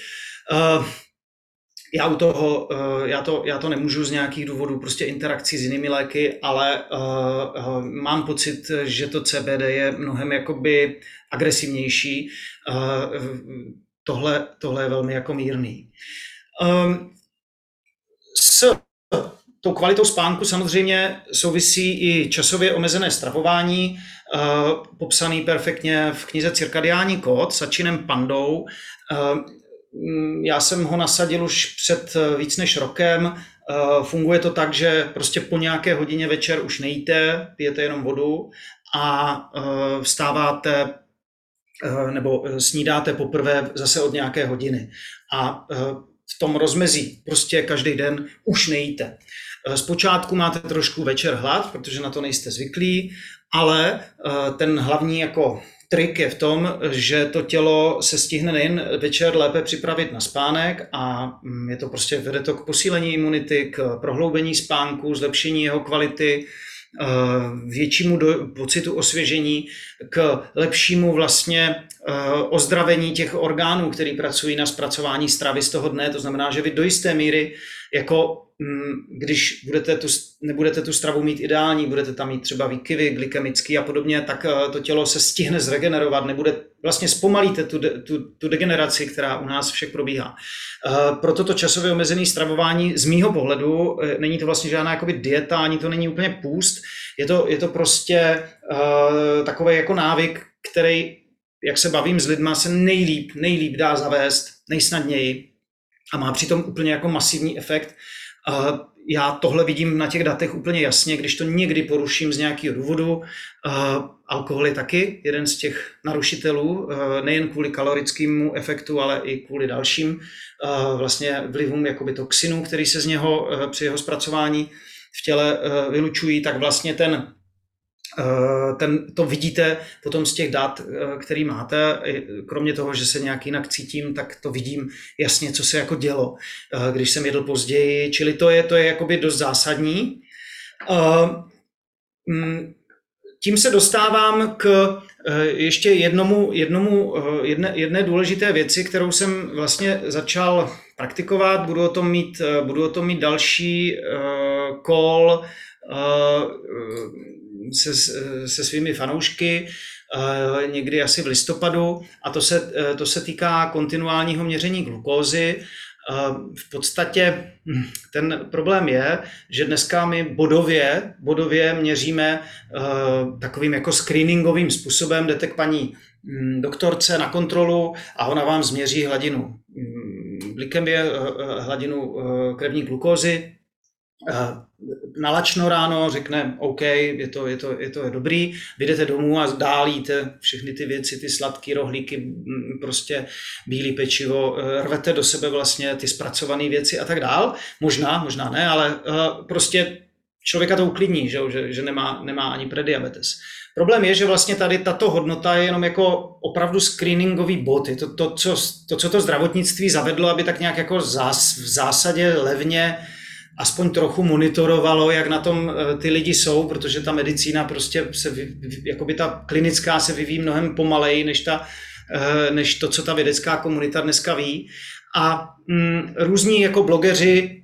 Já u toho, já to, já to nemůžu z nějakých důvodů, prostě interakcí s jinými léky, ale uh, mám pocit, že to C B D je mnohem jakoby agresivnější. Uh, tohle, tohle je velmi jako mírný. Um, s tou kvalitou spánku samozřejmě souvisí i časově omezené stravování, uh, popsaný perfektně v knize Cirkadiální kód s Sachinem Pandou. Uh, Já jsem ho nasadil už před víc než rokem. Funguje to tak, že prostě po nějaké hodině večer už nejíte, pijete jenom vodu a vstáváte nebo snídáte poprvé zase od nějaké hodiny. A v tom rozmezí prostě každý den už nejíte. Zpočátku máte trošku večer hlad, protože na to nejste zvyklí, ale ten hlavní jako trik je v tom, že to tělo se stihne nejen večer lépe připravit na spánek a je to prostě, vede to k posílení imunity, k prohloubení spánku, zlepšení jeho kvality, většímu do, pocitu osvěžení, k lepšímu vlastně ozdravení těch orgánů, které pracují na zpracování stravy z toho dne. To znamená, že vy do jisté míry, jako když budete tu, nebudete tu stravu mít ideální, budete tam mít třeba výkyvy glykemický a podobně, tak to tělo se stihne zregenerovat, nebude, vlastně zpomalíte tu, tu, tu degeneraci, která u nás všech probíhá. Proto to časově omezené stravování z mýho pohledu, není to vlastně žádná jakoby dieta, ani to není úplně půst, je to, je to prostě uh, takový jako návyk, který, jak se bavím s lidma, se nejlíp, nejlíp dá zavést, nejsnadněji a má přitom úplně jako masivní efekt. Uh, já tohle vidím na těch datech úplně jasně, když to někdy poruším z nějakého důvodu. Uh, alkohol je taky jeden z těch narušitelů, uh, nejen kvůli kalorickému efektu, ale i kvůli dalším uh, vlastně vlivům jakoby toxinů, který se z něho uh, při jeho zpracování v těle uh, vylučují, tak vlastně ten Ten, to vidíte potom z těch dat, který máte, kromě toho, že se nějak jinak cítím, tak to vidím jasně, co se jako dělo, když jsem jedl později, čili to je, to je jakoby dost zásadní. tím se dostávám k ještě jednomu, jednomu, jedné, jedné důležité věci, kterou jsem vlastně začal praktikovat. Budu o tom mít, budu o tom mít další call se, se svými fanoušky někdy asi v listopadu a to se, to se týká kontinuálního měření glukózy. V podstatě ten problém je, že dneska my bodově, bodově měříme takovým jako screeningovým způsobem, jdete k paní doktorce na kontrolu a ona vám změří hladinu glykemie, hladinu krevní glukózy. Nalačno ráno řekne OK, je to, je to, je to je dobrý, vyjdete domů a dál jíte všechny ty věci, ty sladké rohlíky, prostě bílý pečivo, rvete do sebe vlastně ty zpracované věci a tak dál. Možná, možná ne, ale prostě člověka to uklidní, že, že, že nemá, nemá ani prediabetes. Problém je, že vlastně tady tato hodnota je jenom jako opravdu screeningový bod. Je to, to, co, to, co to zdravotnictví zavedlo, aby tak nějak jako zás, v zásadě levně aspoň trochu monitorovalo, jak na tom ty lidi jsou, protože ta medicína prostě se, jakoby ta klinická se vyvíjí mnohem pomaleji, než, ta, než to, co ta vědecká komunita dneska ví. A mm, různí jako blogeři,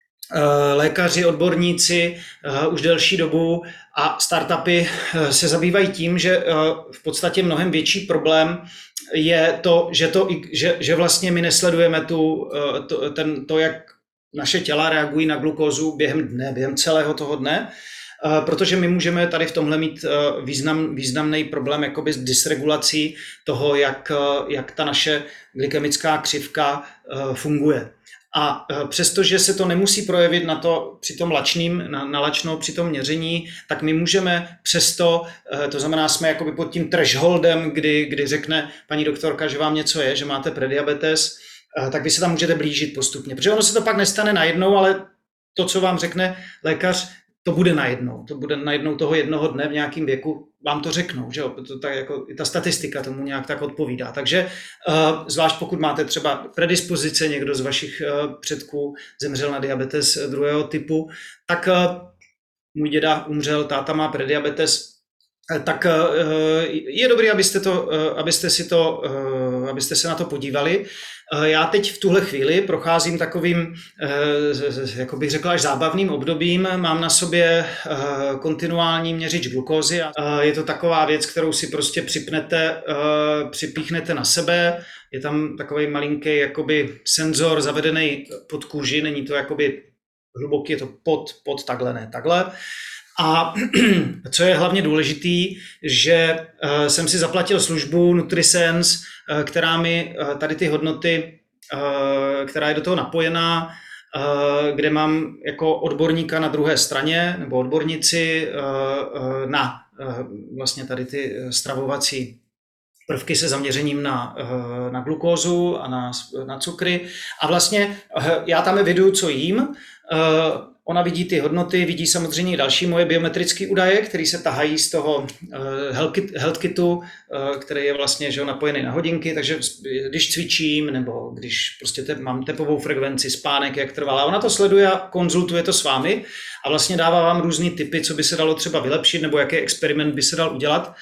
lékaři, odborníci už delší dobu a startupy se zabývají tím, že v podstatě mnohem větší problém je to, že, to, že, že vlastně my nesledujeme tu, to, ten, to, jak naše těla reagují na glukózu během dne, během celého toho dne, protože my můžeme tady v tomhle mít význam, významný problém jakoby s dysregulací toho, jak, jak ta naše glykemická křivka funguje. A přestože se to nemusí projevit na to při tom lačným, na, na lačno při tom měření, tak my můžeme přesto, to znamená, jsme jakoby pod tím thresholdem, kdy, kdy řekne paní doktorka, že vám něco je, že máte prediabetes, tak vy se tam můžete blížit postupně. Protože ono se to pak nestane najednou, ale to, co vám řekne lékař, to bude najednou. To bude najednou toho jednoho dne v nějakém věku, vám to řeknou, že jo? To tak jako, i ta statistika tomu nějak tak odpovídá. Takže uh, zvlášť pokud máte třeba predispozice, někdo z vašich uh, předků zemřel na diabetes druhého typu, tak uh, můj děda umřel, táta má prediabetes, tak je dobré, abyste, to, abyste, si to, abyste se na to podívali. Já teď v tuhle chvíli procházím takovým, jako bych řekl, až zábavným obdobím. Mám na sobě kontinuální měřič glukózy. Je to taková věc, kterou si prostě připnete, připíchnete na sebe. Je tam takový malinký jakoby senzor zavedený pod kůži. Není to jakoby hluboký, je to pod, pod takhle, ne takhle. A co je hlavně důležitý, že uh, jsem si zaplatil službu NutriSense, uh, která mi uh, tady ty hodnoty, uh, která je do toho napojená, uh, kde mám jako odborníka na druhé straně, nebo odbornici uh, uh, na uh, vlastně tady ty stravovací prvky se zaměřením na, uh, na glukózu a na, na cukry. A vlastně uh, já tam eviduju, co jím. Uh, Ona vidí ty hodnoty, vidí samozřejmě další moje biometrické údaje, které se tahají z toho uh, health kitu, uh, který je vlastně že, napojený na hodinky, takže když cvičím nebo když prostě te, mám tepovou frekvenci, spánek, jak trvalá, ona to sleduje a konzultuje to s vámi a vlastně dává vám různý tipy, co by se dalo třeba vylepšit nebo jaký experiment by se dal udělat.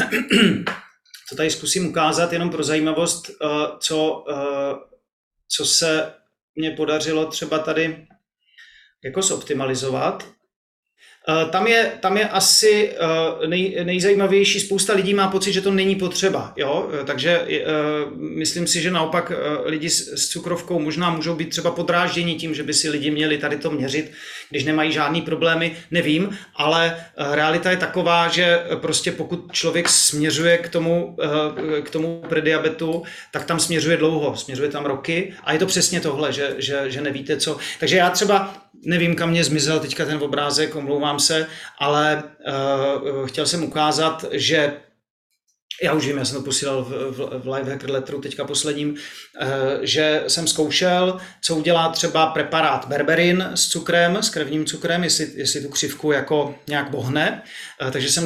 To tady zkusím ukázat jenom pro zajímavost, uh, co, uh, co se mně podařilo třeba tady jako zoptimalizovat. Tam je, tam je asi nej, nejzajímavější, spousta lidí má pocit, že to není potřeba, jo? Takže myslím si, že naopak lidi s cukrovkou možná můžou být třeba podrážděni tím, že by si lidi měli tady to měřit, když nemají žádný problémy, nevím, ale realita je taková, že prostě pokud člověk směřuje k tomu, k tomu prediabetu, tak tam směřuje dlouho, směřuje tam roky a je to přesně tohle, že, že, že nevíte co. Takže já třeba nevím, kam mě zmizel teďka ten obrázek, omlouvám se, ale uh, chtěl jsem ukázat, že já už vím, já jsem to posílal v, v, v Lifehacker letteru teďka posledním, uh, že jsem zkoušel, co udělá třeba preparát berberin s cukrem, s krevním cukrem, jestli, jestli tu křivku jako nějak bohne. Uh, takže jsem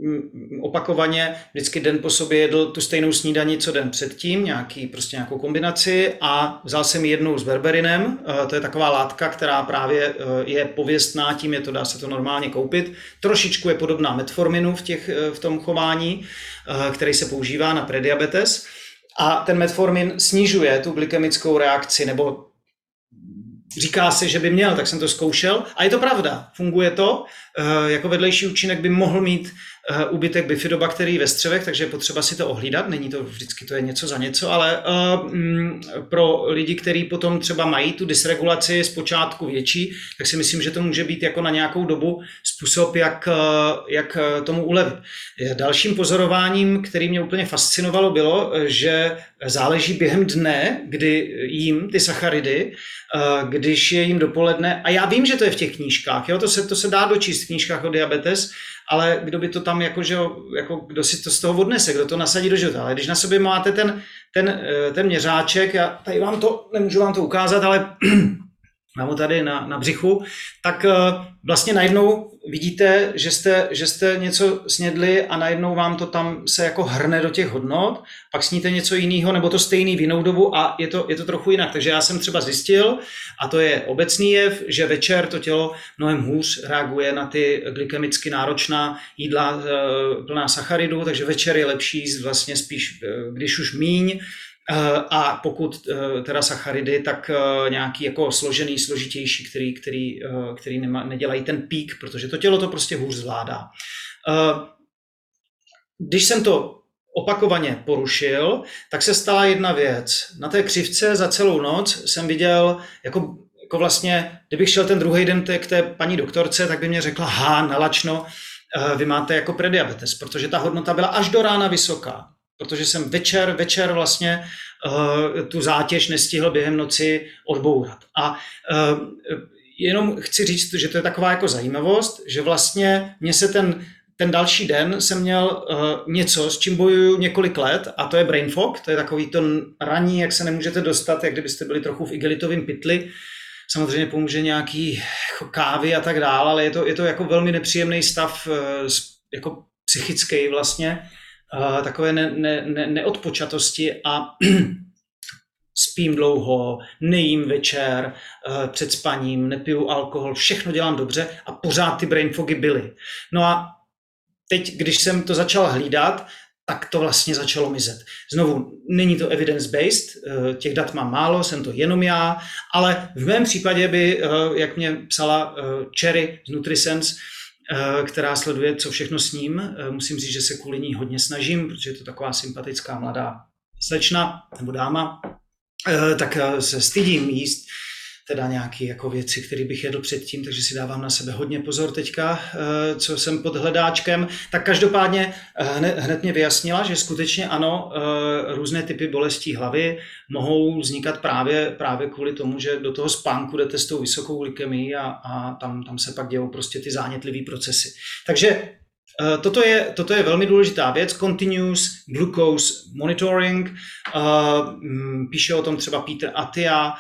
opakovaně vždycky den po sobě jedl tu stejnou snídani, co den předtím, nějaký, prostě nějakou kombinaci a vzal jsem jednou s berberinem, to je taková látka, která právě je pověstná tím, je to, dá se to normálně koupit. Trošičku je podobná metforminu v, těch, v tom chování, který se používá na prediabetes a ten metformin snižuje tu glykemickou reakci, nebo říká se, že by měl, tak jsem to zkoušel a je to pravda, funguje to. Jako vedlejší účinek by mohl mít úbytek bifidobakterií ve střevech, takže je potřeba si to ohlídat, není to vždycky to je něco za něco, ale pro lidi, kteří potom třeba mají tu dysregulaci zpočátku větší, tak si myslím, že to může být jako na nějakou dobu způsob, jak, jak tomu ulevit. Dalším pozorováním, který mě úplně fascinovalo, bylo, že záleží během dne, kdy jím ty sacharidy, když je jim dopoledne, a já vím, že to je v těch knížkách, jo? To, se, to se dá dočíst v knížkách o diabetes, ale kdo by to tam, jako, že, jako, kdo si to z toho odnese, kdo to nasadí do života. Ale když na sobě máte ten, ten, ten měřáček, já tady vám to, nemůžu vám to ukázat, ale mám ho tady na, na břichu, tak vlastně najednou vidíte, že jste, že jste něco snědli a najednou vám to tam se jako hrne do těch hodnot, pak sníte něco jiného nebo to stejný v jinou dobu a je to, je to trochu jinak. Takže já jsem třeba zjistil, a to je obecný jev, že večer to tělo mnohem hůř reaguje na ty glykemicky náročná jídla plná sacharidů, takže večer je lepší jíst vlastně spíš, když už míň, a pokud teda sacharidy, tak nějaký jako složený, složitější, který, který, který nema, nedělají ten pík, protože to tělo to prostě hůř zvládá. Když jsem to opakovaně porušil, tak se stala jedna věc. Na té křivce za celou noc jsem viděl, jako, jako vlastně, kdybych šel ten druhý den k té paní doktorce, tak by mě řekla, ha, nalačno, vy máte jako prediabetes, protože ta hodnota byla až do rána vysoká. Protože jsem večer, večer vlastně uh, tu zátěž nestihl během noci odbourat. A uh, jenom chci říct, že to je taková jako zajímavost, že vlastně mě se ten, ten další den jsem měl uh, něco, s čím bojuju několik let, a to je brain fog, to je takový to raní, jak se nemůžete dostat, jak kdybyste byli trochu v igelitovém pytli. Samozřejmě pomůže nějaký kávy a tak dále, ale je to, je to jako velmi nepříjemný stav, uh, jako psychický vlastně, Uh, takové ne, ne, ne, neodpočatosti a spím dlouho, nejím večer, uh, před spaním, nepiju alkohol, všechno dělám dobře a pořád ty brain fogy byly. No a teď, když jsem to začal hlídat, tak to vlastně začalo mizet. Znovu, není to evidence-based, uh, těch dat mám málo, jsem to jenom já, ale v mém případě by, uh, jak mě psala uh, Cherry z NutriSense, která sleduje, co všechno s ním. Musím říct, že se kvůli ní hodně snažím, protože je to taková sympatická mladá slečna nebo dáma, tak se stydím jíst teda nějaké jako věci, které bych jedl předtím, takže si dávám na sebe hodně pozor teďka, co jsem pod hledáčkem. Tak každopádně hned, hned mě vyjasnila, že skutečně ano, různé typy bolestí hlavy mohou vznikat právě, právě kvůli tomu, že do toho spánku jdete s tou vysokou glykemií a, a tam, tam se pak dějou prostě ty zánětlivé procesy. Takže Toto je, toto je velmi důležitá věc, continuous glucose monitoring, píše o tom třeba Peter Attia,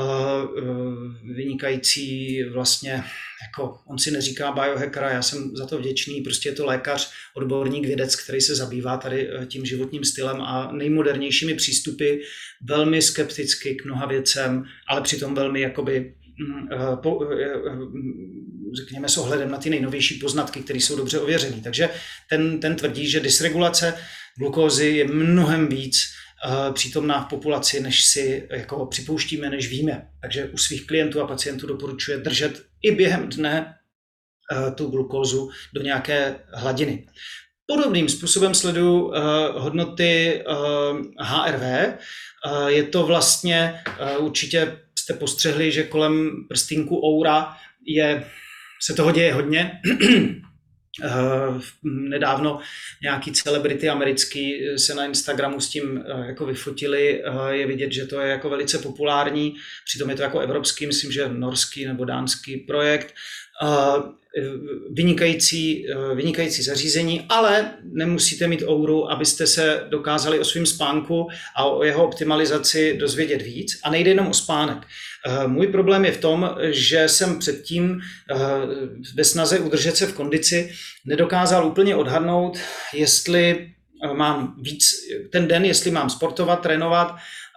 vynikající vlastně, jako on si neříká biohackera, já jsem za to vděčný, prostě je to lékař, odborník, vědec, který se zabývá tady tím životním stylem a nejmodernějšími přístupy, velmi skepticky k mnoha věcem, ale přitom velmi jakoby po, řekněme s ohledem na ty nejnovější poznatky, které jsou dobře ověřené. Takže ten, ten tvrdí, že dysregulace glukózy je mnohem víc uh, přítomná v populaci, než si jako připouštíme, než víme. Takže u svých klientů a pacientů doporučuje držet i během dne uh, tu glukózu do nějaké hladiny. Podobným způsobem sleduju uh, hodnoty uh, H R V. Uh, je to vlastně, uh, určitě jste postřehli, že kolem prstínku Oura je, se toho děje hodně. Uh, nedávno nějaký celebrity americký se na Instagramu s tím uh, jako vyfotili. Uh, je vidět, že to je jako velice populární. Přitom je to jako evropský, myslím, že norský nebo dánský projekt. Uh, vynikající, uh, vynikající zařízení, ale nemusíte mít Ouru, abyste se dokázali o svém spánku a o jeho optimalizaci dozvědět víc. A nejde jenom o spánek. Můj problém je v tom, že jsem předtím ve snaze udržet se v kondici nedokázal úplně odhadnout, jestli mám víc ten den, jestli mám sportovat, trénovat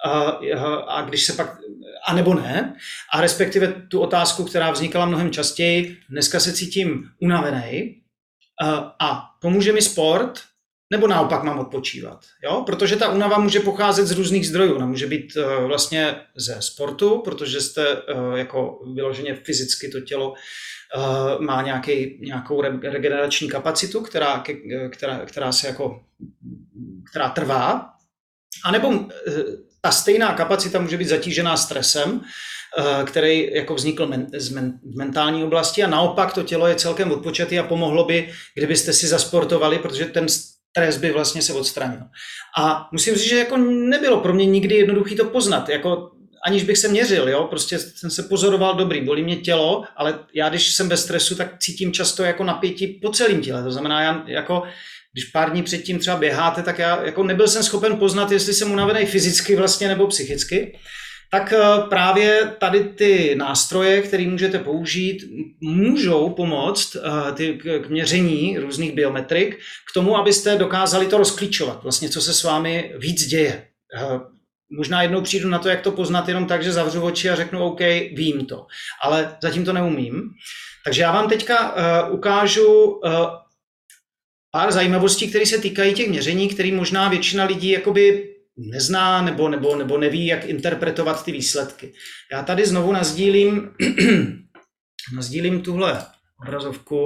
a když se pak, anebo ne. A respektive tu otázku, která vznikala mnohem častěji, dneska se cítím unavený a pomůže mi sport, nebo naopak mám odpočívat. Jo? Protože ta únava může pocházet z různých zdrojů. Ona může být uh, vlastně ze sportu, protože jste uh, jako vyloženě fyzicky to tělo uh, má nějaký, nějakou re- regenerační kapacitu, která, která, která se jako, která trvá. A nebo uh, ta stejná kapacita může být zatížená stresem, uh, který jako vznikl men- z men- v mentální oblasti a naopak to tělo je celkem odpočatý a pomohlo by, kdybyste si zasportovali, protože ten stres by vlastně se odstranil. A musím říct, že jako nebylo pro mě nikdy jednoduchý to poznat, jako aniž bych se měřil, jo, prostě jsem se pozoroval, dobrý, bolí mě tělo, ale já, když jsem ve stresu, tak cítím často jako napětí po celém těle, to znamená, já jako, když pár dní předtím třeba běháte, tak já jako nebyl jsem schopen poznat, jestli jsem unavený fyzicky vlastně nebo psychicky. Tak právě tady ty nástroje, které můžete použít, můžou pomoct ty, k měření různých biometrik, k tomu, abyste dokázali to rozklíčovat, vlastně co se s vámi víc děje. Možná jednou přijdu na to, jak to poznat jenom tak, že zavřu oči a řeknu OK, vím to, ale zatím to neumím. Takže já vám teďka ukážu pár zajímavostí, které se týkají těch měření, které možná většina lidí jakoby nezná nebo, nebo, nebo neví, jak interpretovat ty výsledky. Já tady znovu nazdílím, nazdílím tuhle obrazovku.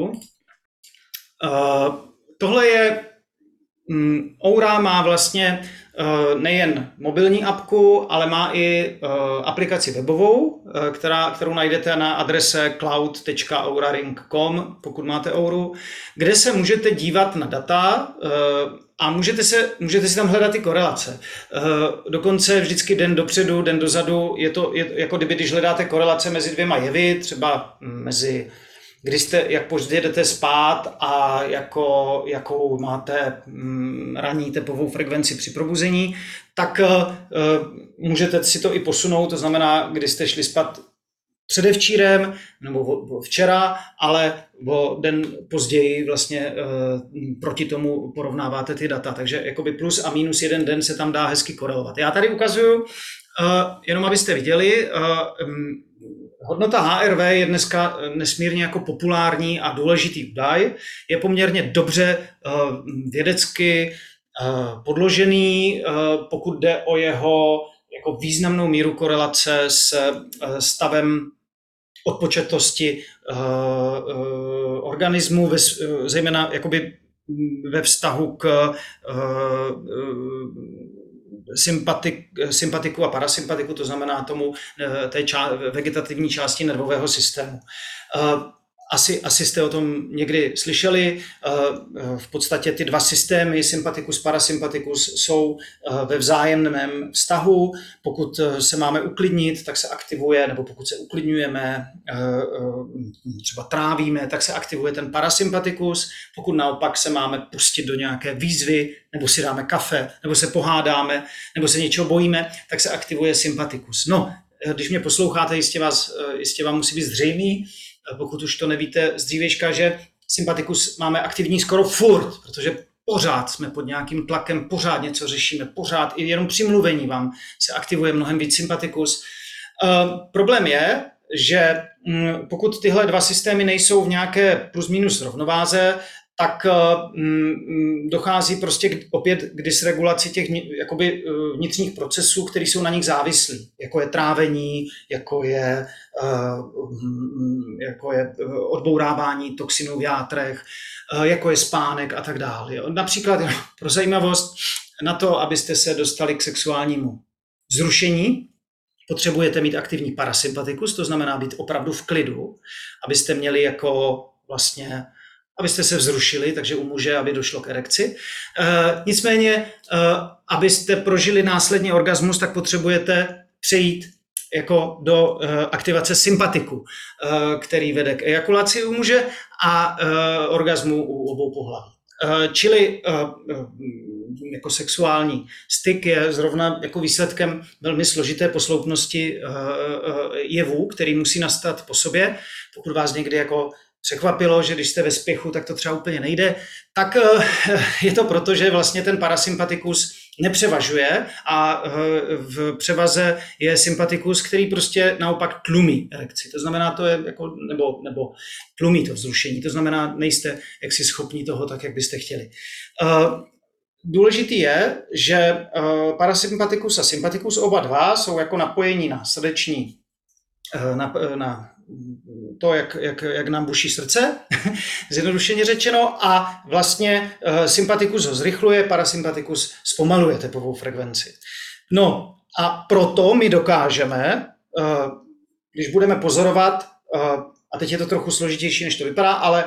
Uh, tohle je, um, Oura má vlastně uh, nejen mobilní apku, ale má i uh, aplikaci webovou, uh, která, kterou najdete na adrese cloud tečka ouraring tečka com, pokud máte Ouru, kde se můžete dívat na data, uh, a můžete, se, můžete si tam hledat ty korelace. E, dokonce vždycky den dopředu, den dozadu, je to je, jako kdyby, když hledáte korelace mezi dvěma jevy, třeba mezi, když jste, jak pozdě jdete spát a jako, jakou máte m, ranní tepovou frekvenci při probuzení, tak e, můžete si to i posunout, to znamená, když jste šli spát předevčírem nebo včera, ale o den později vlastně e, proti tomu porovnáváte ty data. Takže jakoby plus a minus jeden den se tam dá hezky korelovat. Já tady ukazuju, e, jenom abyste viděli, e, hodnota H R V je dneska nesmírně jako populární a důležitý údaj. Je poměrně dobře e, vědecky e, podložený, e, pokud jde o jeho jako významnou míru korelace s e, stavem odpočatosti uh, uh, organismu, ve, uh, zejména jakoby ve vztahu k uh, uh, sympatik, sympatiku a parasympatiku, to znamená tomu uh, té ča- vegetativní části nervového systému. Uh, Asi, asi jste o tom někdy slyšeli. V podstatě ty dva systémy, sympatikus, parasympatikus, jsou ve vzájemném vztahu. Pokud se máme uklidnit, tak se aktivuje, nebo pokud se uklidňujeme, třeba trávíme, tak se aktivuje ten parasympatikus. Pokud naopak se máme pustit do nějaké výzvy, nebo si dáme kafe, nebo se pohádáme, nebo se něčeho bojíme, tak se aktivuje sympatikus. No, když mě posloucháte, jistě, vás, jistě vám musí být zřejmý, pokud už to nevíte z dřívějška, že sympatikus máme aktivní skoro furt, protože pořád jsme pod nějakým tlakem, pořád něco řešíme, pořád i jenom při mluvení vám se aktivuje mnohem víc sympatikus. Uh, problém je, že um, pokud tyhle dva systémy nejsou v nějaké plus minus rovnováze, tak um, dochází prostě k, opět k dysregulaci těch jakoby, vnitřních procesů, které jsou na nich závislí, jako je trávení, jako je, uh, jako je odbourávání toxinů v játrech, uh, jako je spánek a tak dále. Například pro zajímavost, na to, abyste se dostali k sexuálnímu vzrušení, potřebujete mít aktivní parasympatikus, to znamená být opravdu v klidu, abyste měli jako vlastně abyste se vzrušili, takže u muže, aby došlo k erekci. E, nicméně, e, abyste prožili následně orgasmus, tak potřebujete přejít jako do e, aktivace sympatiku, e, který vede k ejakulaci u muže a e, orgasmu u obou pohlaví. Čili jako sexuální styk je zrovna jako výsledkem velmi složité posloupnosti jevů, který musí nastat po sobě. Pokud vás někdy jako překvapilo, že když jste ve spěchu, tak to třeba úplně nejde, tak je to proto, že vlastně ten parasympatikus nepřevažuje a v převaze je sympatikus, který prostě naopak tlumí erekci. To znamená, to je jako, nebo, nebo tlumí to vzrušení, to znamená, nejste jaksi schopni toho tak, jak byste chtěli. Důležitý je, že parasympatikus a sympatikus oba dva jsou jako napojení na srdeční, na, na to, jak, jak, jak nám buší srdce, zjednodušeně řečeno, a vlastně sympatikus ho zrychluje, parasympatikus zpomaluje tepovou frekvenci. No a proto my dokážeme, když budeme pozorovat, a teď je to trochu složitější, než to vypadá, ale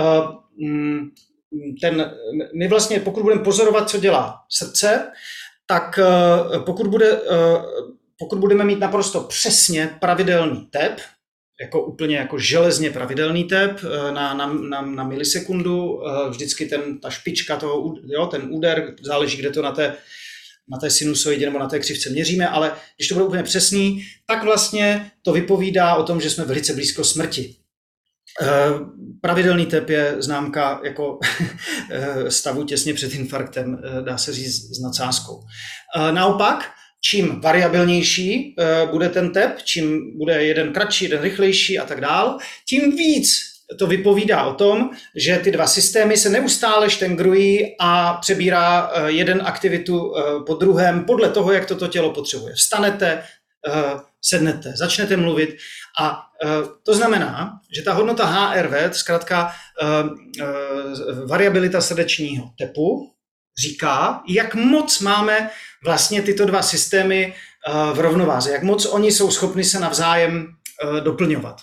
ten, my vlastně, pokud budeme pozorovat, co dělá srdce, tak pokud, bude, pokud budeme mít naprosto přesně pravidelný tep, jako úplně jako železně pravidelný tep na, na, na, na milisekundu, vždycky ten, ta špička toho, jo, ten úder, záleží, kde to na té, na té sinusoidě nebo na té křivce měříme, ale když to bude úplně přesný, tak vlastně to vypovídá o tom, že jsme velice blízko smrti. Pravidelný tep je známka jako stavu těsně před infarktem, dá se říct s nadsázkou. Naopak, čím variabilnější bude ten tep, čím bude jeden kratší, jeden rychlejší a tak dál, tím víc to vypovídá o tom, že ty dva systémy se neustále štengrují a přebírá jeden aktivitu po druhém podle toho, jak toto tělo potřebuje. Vstanete, sednete, začnete mluvit a to znamená, že ta hodnota H R V, zkrátka variabilita srdečního tepu, říká, jak moc máme vlastně tyto dva systémy v rovnováze, jak moc oni jsou schopni se navzájem doplňovat.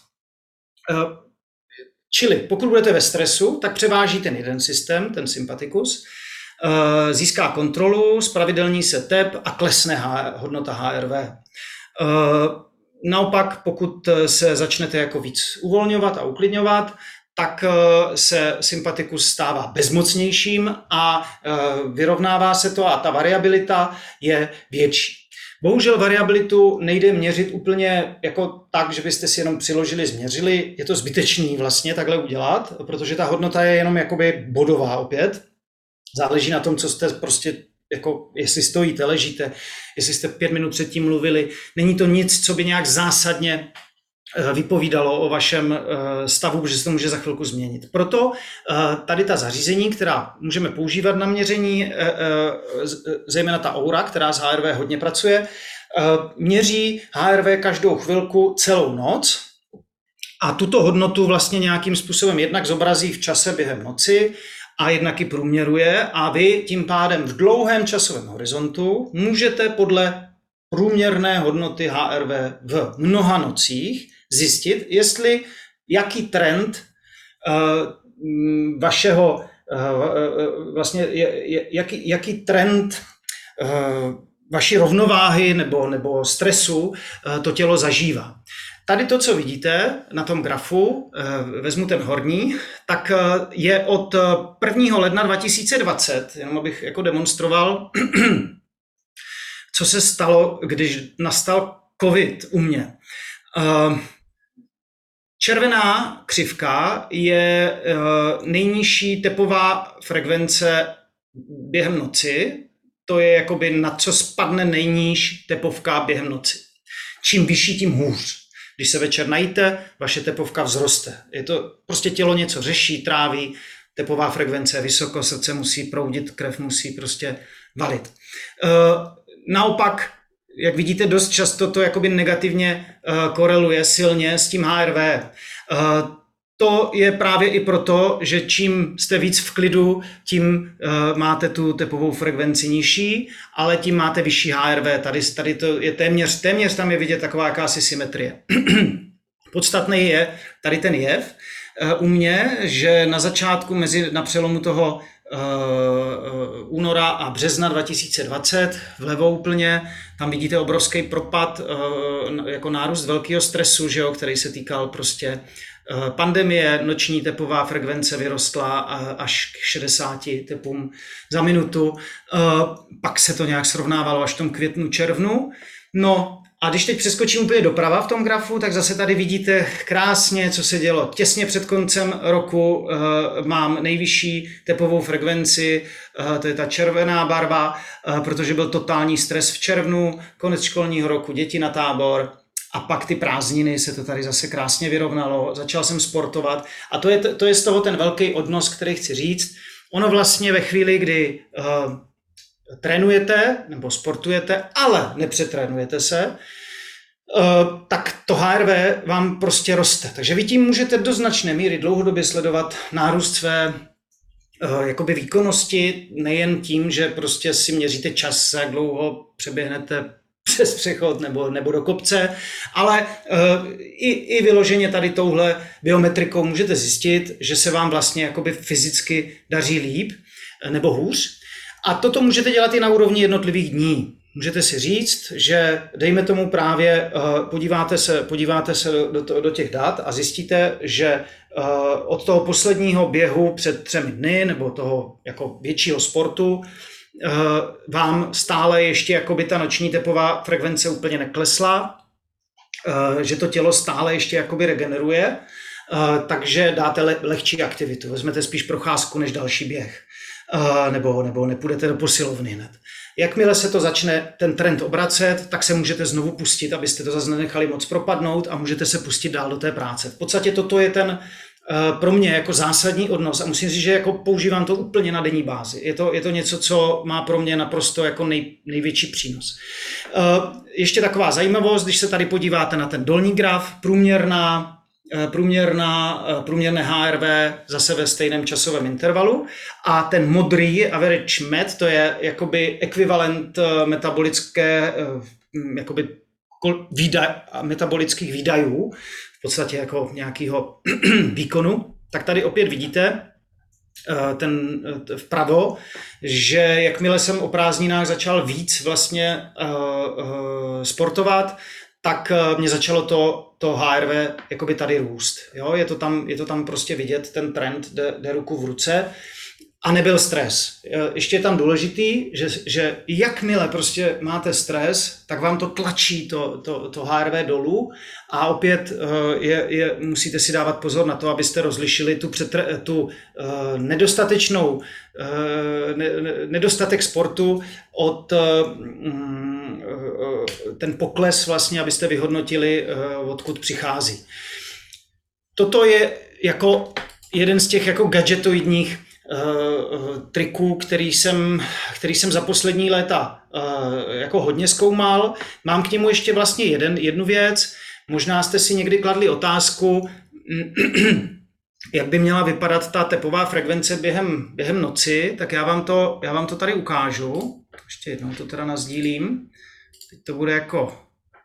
Čili pokud budete ve stresu, tak převáží ten jeden systém, ten sympatikus, získá kontrolu, spravidelní se tep a klesne hodnota H R V. Naopak, pokud se začnete jako víc uvolňovat a uklidňovat, tak se sympatikus stává bezmocnějším a vyrovnává se to a ta variabilita je větší. Bohužel variabilitu nejde měřit úplně jako tak, že byste si jenom přiložili, změřili. Je to zbytečný vlastně takhle udělat, protože ta hodnota je jenom jakoby bodová opět. Záleží na tom, co jste prostě, jako jestli stojíte, ležíte, jestli jste pět minut předtím mluvili. Není to nic, co by nějak zásadně vypovídalo o vašem stavu, že se to může za chvilku změnit. Proto tady ta zařízení, která můžeme používat na měření, zejména ta Oura, která s H R V hodně pracuje, měří H R V každou chvilku celou noc a tuto hodnotu vlastně nějakým způsobem jednak zobrazí v čase během noci a jednak ji průměruje a vy tím pádem v dlouhém časovém horizontu můžete podle průměrné hodnoty H R V v mnoha nocích zjistit, jestli jaký trend uh, vašeho, uh, vlastně jaký, jaký trend uh, vaší rovnováhy nebo, nebo stresu uh, to tělo zažívá. Tady to, co vidíte na tom grafu, uh, vezmu ten horní, tak uh, je od prvního ledna dva tisíce dvacet, jenom abych jako demonstroval, co se stalo, když nastal covid u mě. Uh, Červená křivka je nejnižší tepová frekvence během noci. To je jakoby na co spadne nejníž tepovka během noci. Čím vyšší, tím hůř. Když se večer najíte, vaše tepovka vzroste. Je to prostě tělo něco řeší, tráví, tepová frekvence je vysoko, srdce musí proudit, krev musí prostě valit. Naopak, jak vidíte, dost často to jakoby negativně uh, koreluje silně s tím H R V. Uh, to je právě i proto, že čím jste víc v klidu, tím uh, máte tu tepovou frekvenci nižší, ale tím máte vyšší H R V. Tady, tady to je téměř, téměř tam je vidět taková jakási symetrie. Podstatný je tady ten jev uh, u mě, že na začátku, mezi, na přelomu toho Uh, února a března dva tisíce dvacet, vlevo úplně, tam vidíte obrovský propad, uh, jako nárůst velkého stresu, že jo, který se týkal prostě pandemie, noční tepová frekvence vyrostla až k šedesáti tepům za minutu, pak se to nějak srovnávalo až v tom květnu, červnu. No a když teď přeskočím úplně doprava v tom grafu, tak zase tady vidíte krásně, co se dělo. Těsně před koncem roku uh, mám nejvyšší tepovou frekvenci, uh, to je ta červená barva, uh, protože byl totální stres v červnu, konec školního roku, děti na tábor a pak ty prázdniny se to tady zase krásně vyrovnalo, začal jsem sportovat a to je, to je z toho ten velký odnos, který chci říct. Ono vlastně ve chvíli, kdy uh, trénujete nebo sportujete, ale nepřetrénujete se, tak to H R V vám prostě roste. Takže vy tím můžete do značné míry dlouhodobě sledovat nárůst své jakoby výkonnosti, nejen tím, že prostě si měříte čas, jak dlouho přeběhnete přes přechod nebo, nebo do kopce, ale i, i vyloženě tady touhle biometrikou můžete zjistit, že se vám vlastně jakoby fyzicky daří líp nebo hůř. A toto můžete dělat i na úrovni jednotlivých dní. Můžete si říct, že dejme tomu právě, podíváte se, podíváte se do, do, do těch dat a zjistíte, že od toho posledního běhu před třemi dny nebo toho jako většího sportu vám stále ještě jakoby ta noční tepová frekvence úplně neklesla, že to tělo stále ještě jakoby regeneruje, takže dáte le, lehčí aktivitu, vezmete spíš procházku než další běh. Uh, nebo, nebo nepůjdete do posilovny hned. Jakmile se to začne ten trend obracet, tak se můžete znovu pustit, abyste to zase nenechali moc propadnout a můžete se pustit dál do té práce. V podstatě toto je ten uh, pro mě jako zásadní odnos a musím říct, že jako používám to úplně na denní bázi. Je to, je to něco, co má pro mě naprosto jako nej, největší přínos. Uh, ještě taková zajímavost, když se tady podíváte na ten dolní graf, průměrná Průměrná, průměrné H R V zase ve stejném časovém intervalu a ten modrý average met, to je jakoby ekvivalent metabolické, jakoby výdaj, metabolických výdajů, v podstatě jako nějakého výkonu, tak tady opět vidíte ten vpravo, že jakmile jsem o prázdninách začal víc vlastně sportovat, tak mě začalo to, to H R V jakoby tady růst. Jo? Je to tam, je to tam prostě vidět, ten trend jde, jde ruku v ruce a nebyl stres. Ještě je tam důležitý, že, že jakmile prostě máte stres, tak vám to tlačí to, to, to H R V dolů a opět je, je, musíte si dávat pozor na to, abyste rozlišili tu, přetr, tu uh, nedostatečnou uh, ne, nedostatek sportu od uh, ten pokles vlastně, abyste vyhodnotili, odkud přichází. Toto je jako jeden z těch jako gadgetoidních uh, triků, který jsem, který jsem za poslední léta uh, jako hodně zkoumal. Mám k němu ještě vlastně jeden, jednu věc. Možná jste si někdy kladli otázku, jak by měla vypadat ta tepová frekvence během, během noci, tak já vám, to, já vám to tady ukážu. Ještě jednou to teda nasdílím. Teď to bude jako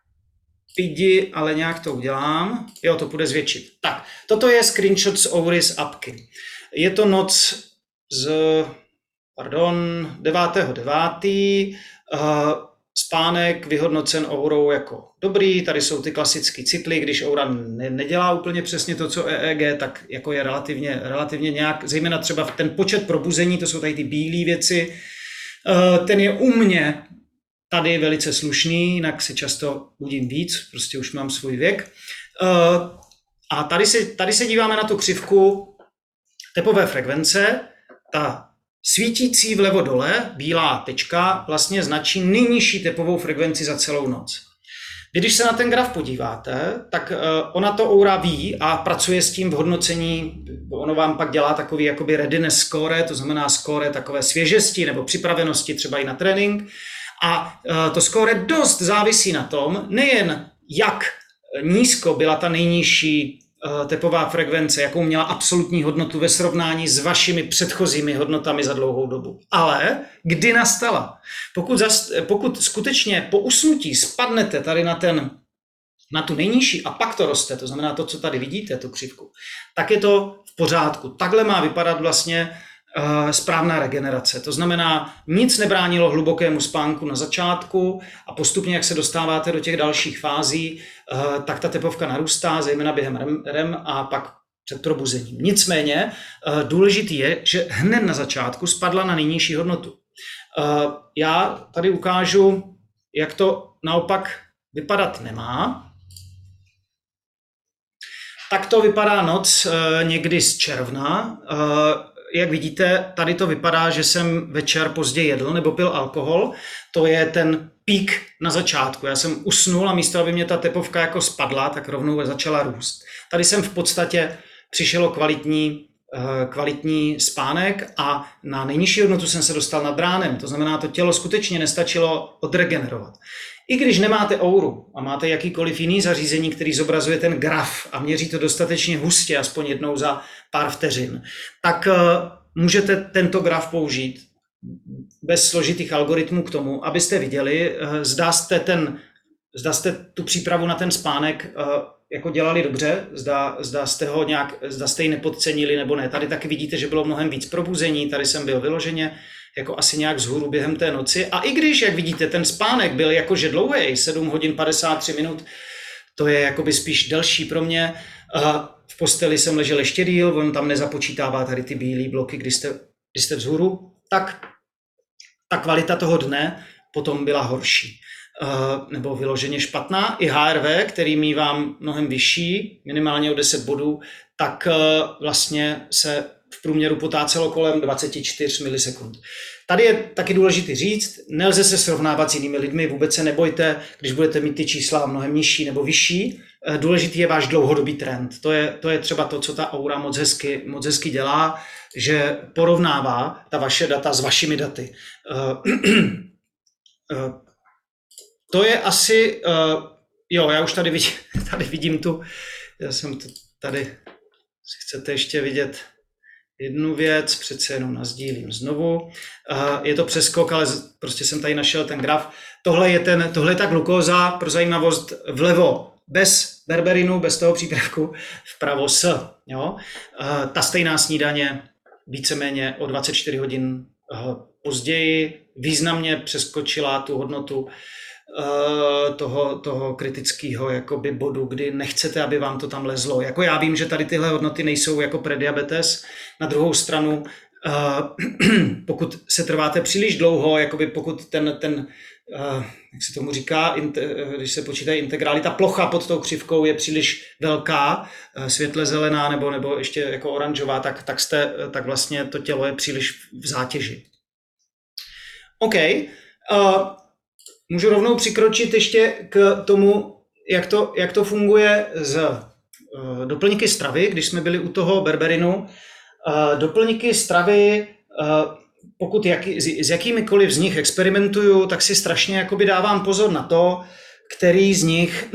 pidi, ale nějak to udělám. Jo, to bude zvětšit. Tak, toto je screenshot z Ouris apky. Je to noc z, pardon, devátého devátého Uh, spánek vyhodnocen Ourou jako dobrý. Tady jsou ty klasické cykly, když Oura ne, nedělá úplně přesně to, co E E G, tak jako je relativně, relativně nějak, zejména třeba ten počet probuzení, to jsou tady ty bílé věci, uh, ten je u mě tady velice slušný, jinak se často budím víc, prostě už mám svůj věk. Uh, a tady se, tady se díváme na tu křivku tepové frekvence. Ta svítící vlevo dole, bílá tečka, vlastně značí nejnižší tepovou frekvenci za celou noc. Když se na ten graf podíváte, tak uh, ona to Oura ví a pracuje s tím v hodnocení, ono vám pak dělá takový jakoby readiness score, to znamená score takové svěžesti nebo připravenosti třeba i na trénink. A to skóre dost závisí na tom, nejen jak nízko byla ta nejnižší tepová frekvence, jakou měla absolutní hodnotu ve srovnání s vašimi předchozími hodnotami za dlouhou dobu, ale kdy nastala. Pokud, zas, pokud skutečně po usnutí spadnete tady na, ten, na tu nejnižší a pak to roste, to znamená to, co tady vidíte, tu křivku, tak je to v pořádku. Takhle má vypadat vlastně správná regenerace. To znamená, nic nebránilo hlubokému spánku na začátku a postupně, jak se dostáváte do těch dalších fází, tak ta tepovka narůstá, zejména během R E M a pak před probuzením. Nicméně důležitý je, že hned na začátku spadla na nejnižší hodnotu. Já tady ukážu, jak to naopak vypadat nemá. Tak to vypadá noc někdy z června. Jak vidíte, tady to vypadá, že jsem večer pozdě jedl nebo pil alkohol. To je ten pík na začátku. Já jsem usnul a místo, aby mě ta tepovka jako spadla, tak rovnou začala růst. Tady jsem v podstatě přišel kvalitní, kvalitní spánek a na nejnižší hodnotu jsem se dostal nad ránem. To znamená, to tělo skutečně nestačilo odregenerovat. I když nemáte Ouru a máte jakýkoliv jiný zařízení, který zobrazuje ten graf a měří to dostatečně hustě, aspoň jednou za pár vteřin, tak můžete tento graf použít bez složitých algoritmů k tomu, abyste viděli, zda jste, ten, zda jste tu přípravu na ten spánek jako dělali dobře, zda, zda jste ho nějak, zda jste ji nepodcenili nebo ne. Tady taky vidíte, že bylo mnohem víc probuzení, tady jsem byl vyloženě jako asi nějak vzhůru během té noci. A i když, jak vidíte, ten spánek byl jakože dlouhý, sedm hodin padesát tři minut, to je jakoby spíš delší pro mě. V posteli jsem ležel ještě díl, on tam nezapočítává tady ty bílé bloky, když jste, když jste vzhůru, tak ta kvalita toho dne potom byla horší. Nebo vyloženě špatná. I H R V, který mívám mnohem vyšší, minimálně o deset bodů, tak vlastně se v průměru potácelo kolem dvacet čtyři milisekund. Tady je taky důležité říct, nelze se srovnávat s jinými lidmi, vůbec se nebojte, když budete mít ty čísla mnohem nižší nebo vyšší. Důležitý je váš dlouhodobý trend. To je, to je třeba to, co ta Oura moc hezky, moc hezky dělá, že porovnává ta vaše data s vašimi daty. To je asi, jo, já už tady vidím, tady vidím tu, já jsem to tady, si chcete ještě vidět jednu věc, přece jenom nasdílím znovu. Je to přeskok, ale prostě jsem tady našel ten graf. Tohle je, ten, tohle je ta glukóza, pro zajímavost, vlevo bez berberinu, bez toho přípravku, vpravo s. Jo? Ta stejná snídaně víceméně o dvacet čtyři hodin později významně přeskočila tu hodnotu toho, toho kritického jakoby bodu, kdy nechcete, aby vám to tam lezlo. Jako já vím, že tady tyhle hodnoty nejsou jako prediabetes. Na druhou stranu, pokud se trváte příliš dlouho, jakoby pokud ten, ten jak se tomu říká, když se počítají integrály, ta plocha pod tou křivkou je příliš velká, světle zelená nebo, nebo ještě jako oranžová, tak, tak, jste, tak vlastně to tělo je příliš v zátěži. OK. Uh, Můžu rovnou přikročit ještě k tomu, jak to, jak to funguje z uh, doplňky stravy, když jsme byli u toho berberinu. Uh, doplňky stravy, uh, pokud jak, s, s jakýmikoliv z nich experimentuju, tak si strašně jakoby dávám pozor na to, který z nich,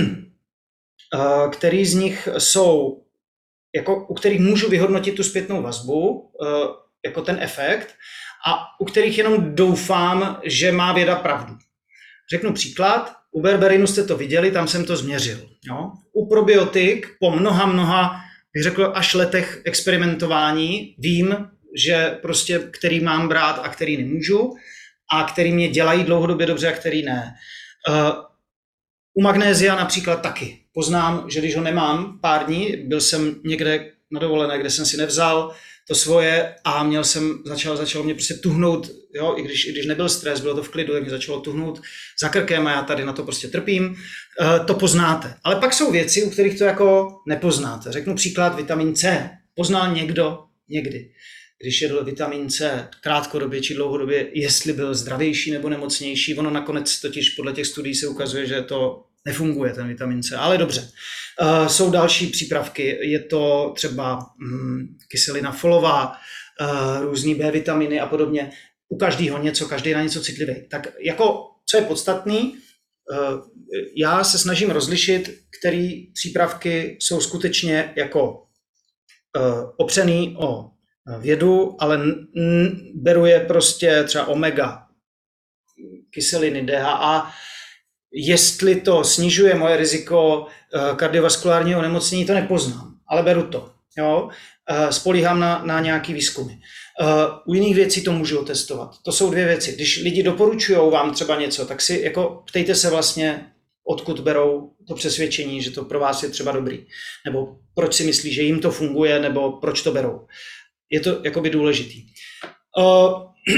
uh, který z nich jsou, jako, u kterých můžu vyhodnotit tu zpětnou vazbu, uh, jako ten efekt, a u kterých jenom doufám, že má věda pravdu. Řeknu příklad, u berberinu jste to viděli, tam jsem to změřil. Jo? U probiotik po mnoha, mnoha, bych řekl, až letech experimentování vím, že prostě který mám brát a který nemůžu a který mě dělají dlouhodobě dobře a který ne. Uh, u magnézia například taky. Poznám, že když ho nemám pár dní, byl jsem někde na dovolené, kde jsem si nevzal to svoje a měl jsem, začal, začalo mě prostě tuhnout, jo, i když, i když nebyl stres, bylo to v klidu, tak mě začalo tuhnout za krkem a já tady na to prostě trpím. E, to poznáte. Ale pak jsou věci, u kterých to jako nepoznáte. Řeknu příklad, vitamin C. Poznal někdo někdy, když jedl vitamin C krátkodobě či dlouhodobě, jestli byl zdravější nebo nemocnější. Ono nakonec totiž podle těch studií se ukazuje, že to nefunguje, ten vitamin C, ale dobře. Uh, jsou další přípravky, je to třeba hm, kyselina folová, uh, různý B vitaminy a podobně. U každého něco, každý na něco citlivý. Tak jako, co je podstatný, uh, já se snažím rozlišit, které přípravky jsou skutečně jako uh, opřený o vědu, ale n- beru je prostě třeba omega, kyseliny, D H A. Jestli to snižuje moje riziko kardiovaskulárního onemocnění, to nepoznám, ale beru to. jo, spolíhám na, na nějaký výzkumy. U jiných věcí to můžu otestovat. To jsou dvě věci. Když lidi doporučují vám třeba něco, tak si jako ptejte se vlastně, odkud berou to přesvědčení, že to pro vás je třeba dobrý. Nebo proč si myslí, že jim to funguje, nebo proč to berou. Je to jakoby důležitý. Uh,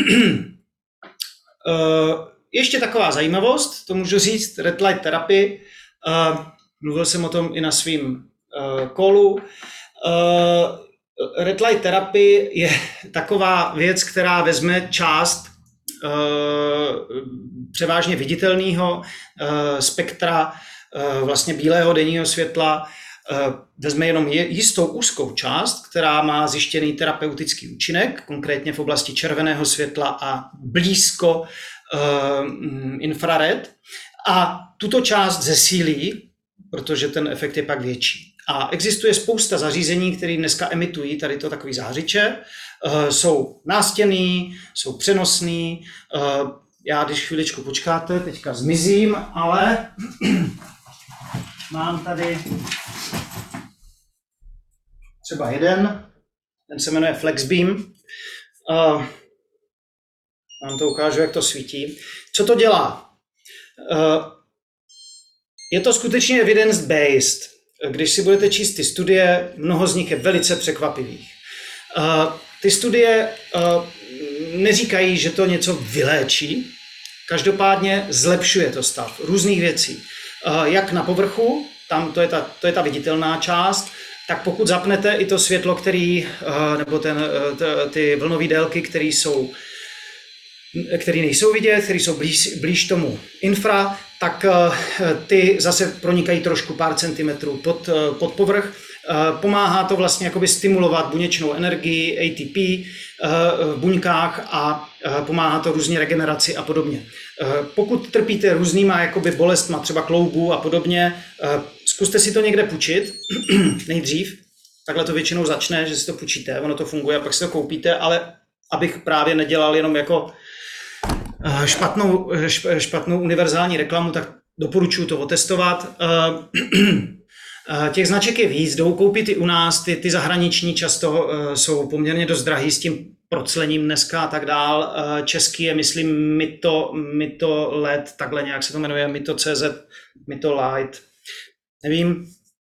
uh, ještě taková zajímavost, to můžu říct, red light terapii. Uh, mluvil jsem o tom i na svým uh, kolu. Uh, red light terapie je taková věc, která vezme část uh, převážně viditelného uh, spektra uh, vlastně bílého denního světla, uh, vezme jenom jistou úzkou část, která má zjištěný terapeutický účinek, konkrétně v oblasti červeného světla a blízko uh, infrared, a tuto část zesílí, protože ten efekt je pak větší. A existuje spousta zařízení, které dneska emitují tady to takový zářiče. Uh, jsou nástěnný, jsou přenosný. Uh, já, když chviličku počkáte, teďka zmizím, ale mám tady třeba jeden, ten se jmenuje Flexbeam. Uh, vám to ukážu, jak to svítí. Co to dělá? Uh, je to skutečně evidence-based. Když si budete číst ty studie, mnoho z nich je velice překvapivých. Uh, ty studie uh, neříkají, že to něco vyléčí, každopádně zlepšuje to stav různých věcí. Uh, jak na povrchu, tam to je, ta, to je ta viditelná část, tak pokud zapnete i to světlo, který, uh, nebo ten, uh, t, ty vlnové délky, které jsou který nejsou vidět, které jsou blíž, blíž tomu infra, tak ty zase pronikají trošku pár centimetrů pod, pod povrch. Pomáhá to vlastně jakoby stimulovat buněčnou energii A T P v buňkách a pomáhá to různě regeneraci a podobně. Pokud trpíte různýma jakoby bolestma, třeba kloubů a podobně, zkuste si to někde půjčit nejdřív. Takhle to většinou začne, že si to půjčíte, ono to funguje, a pak si to koupíte, ale abych právě nedělal jenom jako špatnou, špatnou univerzální reklamu, tak doporučuji to otestovat. Těch značek je víc, jdou koupit i u nás, ty, ty zahraniční často jsou poměrně dost drahý s tím proclením dneska a tak dál. Český je, myslím, Mito, Mito L E D, takhle nějak se to jmenuje, Mito tečka cé zet, Mito Light, nevím.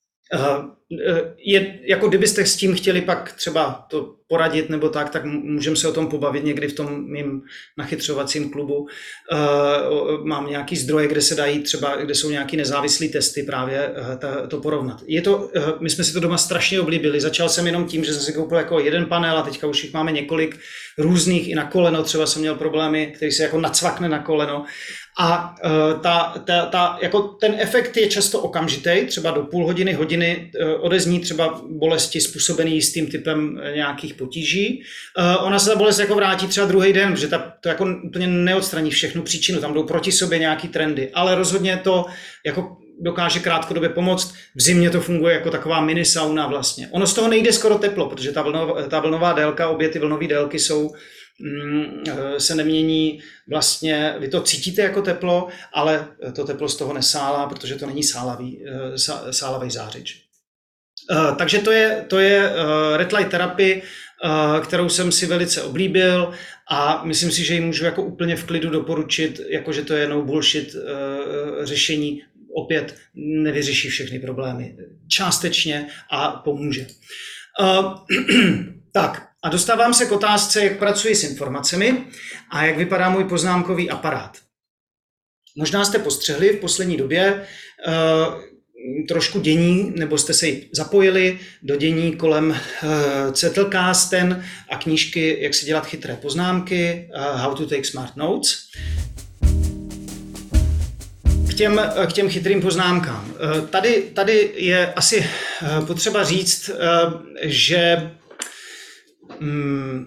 Je, jako kdybyste s tím chtěli pak třeba to poradit nebo tak, tak můžeme se o tom pobavit někdy v tom mým nachytřovacím klubu. Uh, mám nějaký zdroje, kde se dají třeba, kde jsou nějaký nezávislý testy právě uh, ta, to porovnat. Je to, uh, my jsme si to doma strašně oblíbili. Začal jsem jenom tím, že jsem si koupil jako jeden panel a teďka už jich máme několik různých, i na koleno třeba jsem měl problémy, který se jako nacvakne na koleno. A uh, ta, ta, ta, jako ten efekt je často okamžitý, třeba do půl hodiny, hodiny uh, odezní třeba bolesti způsobený jistým typem nějakých potíží. Uh, ona se ta bolest jako vrátí třeba druhý den, protože ta, to jako úplně neodstraní všechnu příčinu, tam jdou proti sobě nějaký trendy, ale rozhodně to jako dokáže krátkodobě pomoct. V zimě to funguje jako taková mini sauna vlastně. Ono z toho nejde skoro teplo, protože ta, vlnová, ta vlnová délka, obě ty vlnové délky jsou se nemění, vlastně vy to cítíte jako teplo, ale to teplo z toho nesálá, protože to není sálavý, sálavý zářič. Takže to je, to je red light terapie, kterou jsem si velice oblíbil a myslím si, že ji můžu jako úplně v klidu doporučit, jakože to je no bullshit řešení, opět nevyřeší všechny problémy. Částečně a pomůže. Tak, a dostávám se k otázce, jak pracuji s informacemi a jak vypadá můj poznámkový aparát. Možná jste postřehli v poslední době uh, trošku dění, nebo jste se zapojili do dění kolem uh, Zettelkasten a knížky Jak si dělat chytré poznámky, uh, How to take smart notes. K těm, k těm chytrým poznámkám. Uh, tady, tady je asi uh, potřeba říct, uh, že Hmm,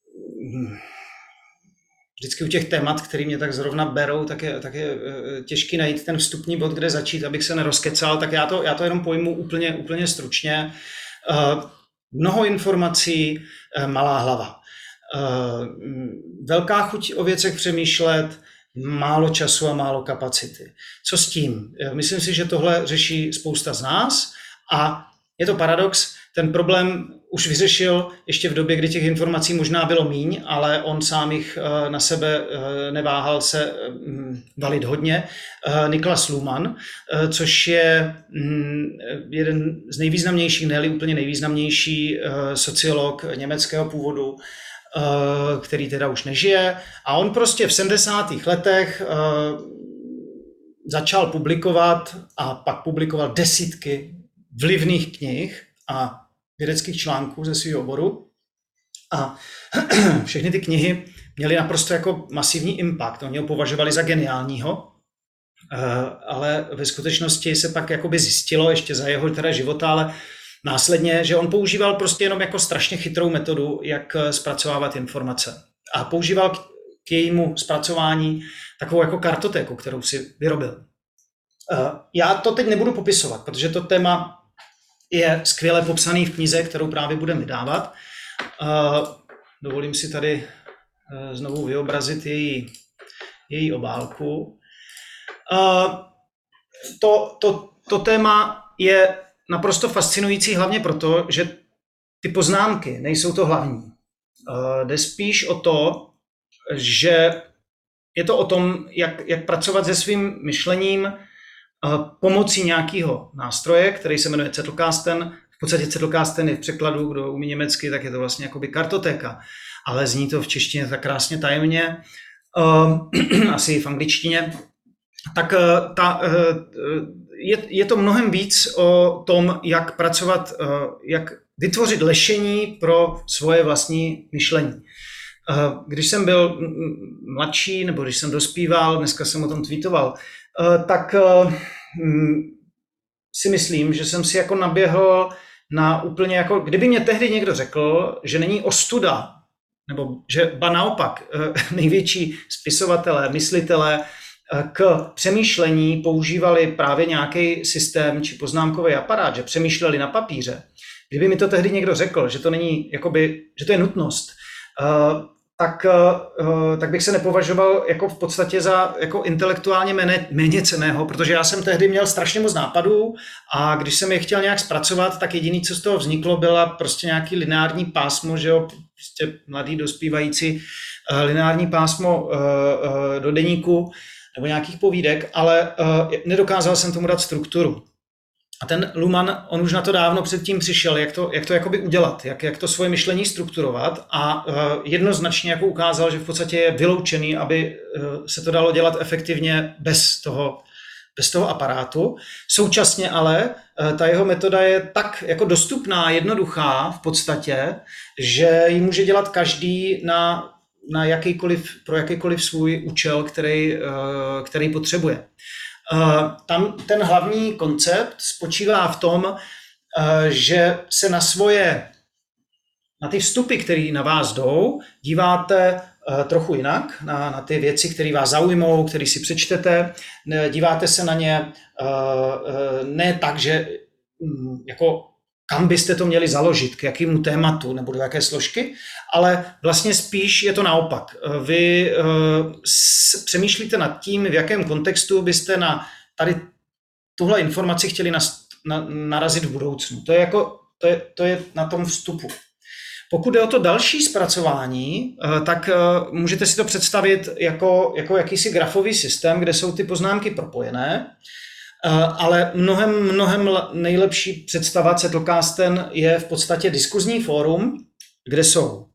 vždycky u těch témat, které mě tak zrovna berou, tak je, tak je těžký najít ten vstupní bod, kde začít, abych se nerozkecal, tak já to, já to jenom pojmu úplně, úplně stručně. Uh, mnoho informací, uh, malá hlava. Uh, velká chuť o věcech přemýšlet, málo času a málo kapacity. Co s tím? Myslím si, že tohle řeší spousta z nás a je to paradox, ten problém už vyřešil ještě v době, kdy těch informací možná bylo míň, ale on sám jich na sebe neváhal se valit hodně. Niklas Luhmann, což je jeden z nejvýznamnějších, ne-li úplně nejvýznamnější sociolog německého původu, který teda už nežije. A on prostě v sedmdesátých letech začal publikovat a pak publikoval desítky vlivných knih a vědeckých článků ze svého oboru. A všechny ty knihy měly naprosto jako masivní impact. Oni ho považovali za geniálního, ale ve skutečnosti se pak jakoby zjistilo ještě za jeho teda života, ale následně, že on používal prostě jenom jako strašně chytrou metodu, jak zpracovávat informace. A používal k, k jejímu zpracování takovou jako kartotéku, kterou si vyrobil. Já to teď nebudu popisovat, protože to téma je skvěle popsaný v knize, kterou právě budeme vydávat. Dovolím si tady znovu vyobrazit její, její obálku. To, to, to téma je naprosto fascinující hlavně proto, že ty poznámky nejsou to hlavní. Jde spíš o to, že je to o tom, jak, jak pracovat se svým myšlením pomocí nějakého nástroje, který se jmenuje Zettelkasten. V podstatě Zettelkasten je v překladu, kdo umí německy, tak je to vlastně jakoby kartotéka, ale zní to v češtině tak krásně tajemně, asi v angličtině. Tak ta, je, je to mnohem víc o tom, jak pracovat, jak vytvořit lešení pro svoje vlastní myšlení. Když jsem byl mladší, nebo když jsem dospíval, dneska jsem o tom tweetoval, tak si myslím, že jsem si jako naběhl na úplně jako, kdyby mě tehdy někdo řekl, že není ostuda, nebo že ba naopak největší spisovatelé, myslitelé k přemýšlení používali právě nějaký systém či poznámkový aparát, že přemýšleli na papíře. Kdyby mi to tehdy někdo řekl, že to není, jakoby, že to je nutnost, tak, tak bych se nepovažoval jako v podstatě za jako intelektuálně méně, méně cenného, protože já jsem tehdy měl strašně moc nápadů a když jsem je chtěl nějak zpracovat, tak jediné, co z toho vzniklo, byla prostě nějaký lineární pásmo, že jo, prostě mladý dospívající lineární pásmo do deníku nebo nějakých povídek, ale nedokázal jsem tomu dát strukturu. A ten Luhmann, on už na to dávno předtím přišel, jak to, jak to jakoby udělat, jak, jak to svoje myšlení strukturovat a uh, jednoznačně jako ukázal, že v podstatě je vyloučený, aby uh, se to dalo dělat efektivně bez toho, bez toho aparátu. Současně ale uh, ta jeho metoda je tak jako dostupná, jednoduchá v podstatě, že ji může dělat každý na, na jakýkoliv, pro jakýkoliv svůj účel, který, uh, který potřebuje. Uh, tam ten hlavní koncept spočívá v tom, uh, že se na svoje, na ty vstupy, které na vás jdou, díváte uh, trochu jinak, na, na ty věci, které vás zaujmou, které si přečtete, ne, díváte se na ně uh, uh, ne tak, že um, jako kam byste to měli založit, k jakému tématu nebo do jaké složky, ale vlastně spíš je to naopak. Vy uh, s, přemýšlíte nad tím, v jakém kontextu byste na tady tuhle informaci chtěli nas, na, narazit v budoucnu. To je, jako, to, je, to je na tom vstupu. Pokud je o to další zpracování, uh, tak uh, můžete si to představit jako, jako jakýsi grafový systém, kde jsou ty poznámky propojené. Ale mnohem, mnohem nejlepší představa Zettelkasten je v podstatě diskuzní fórum, kde jsou,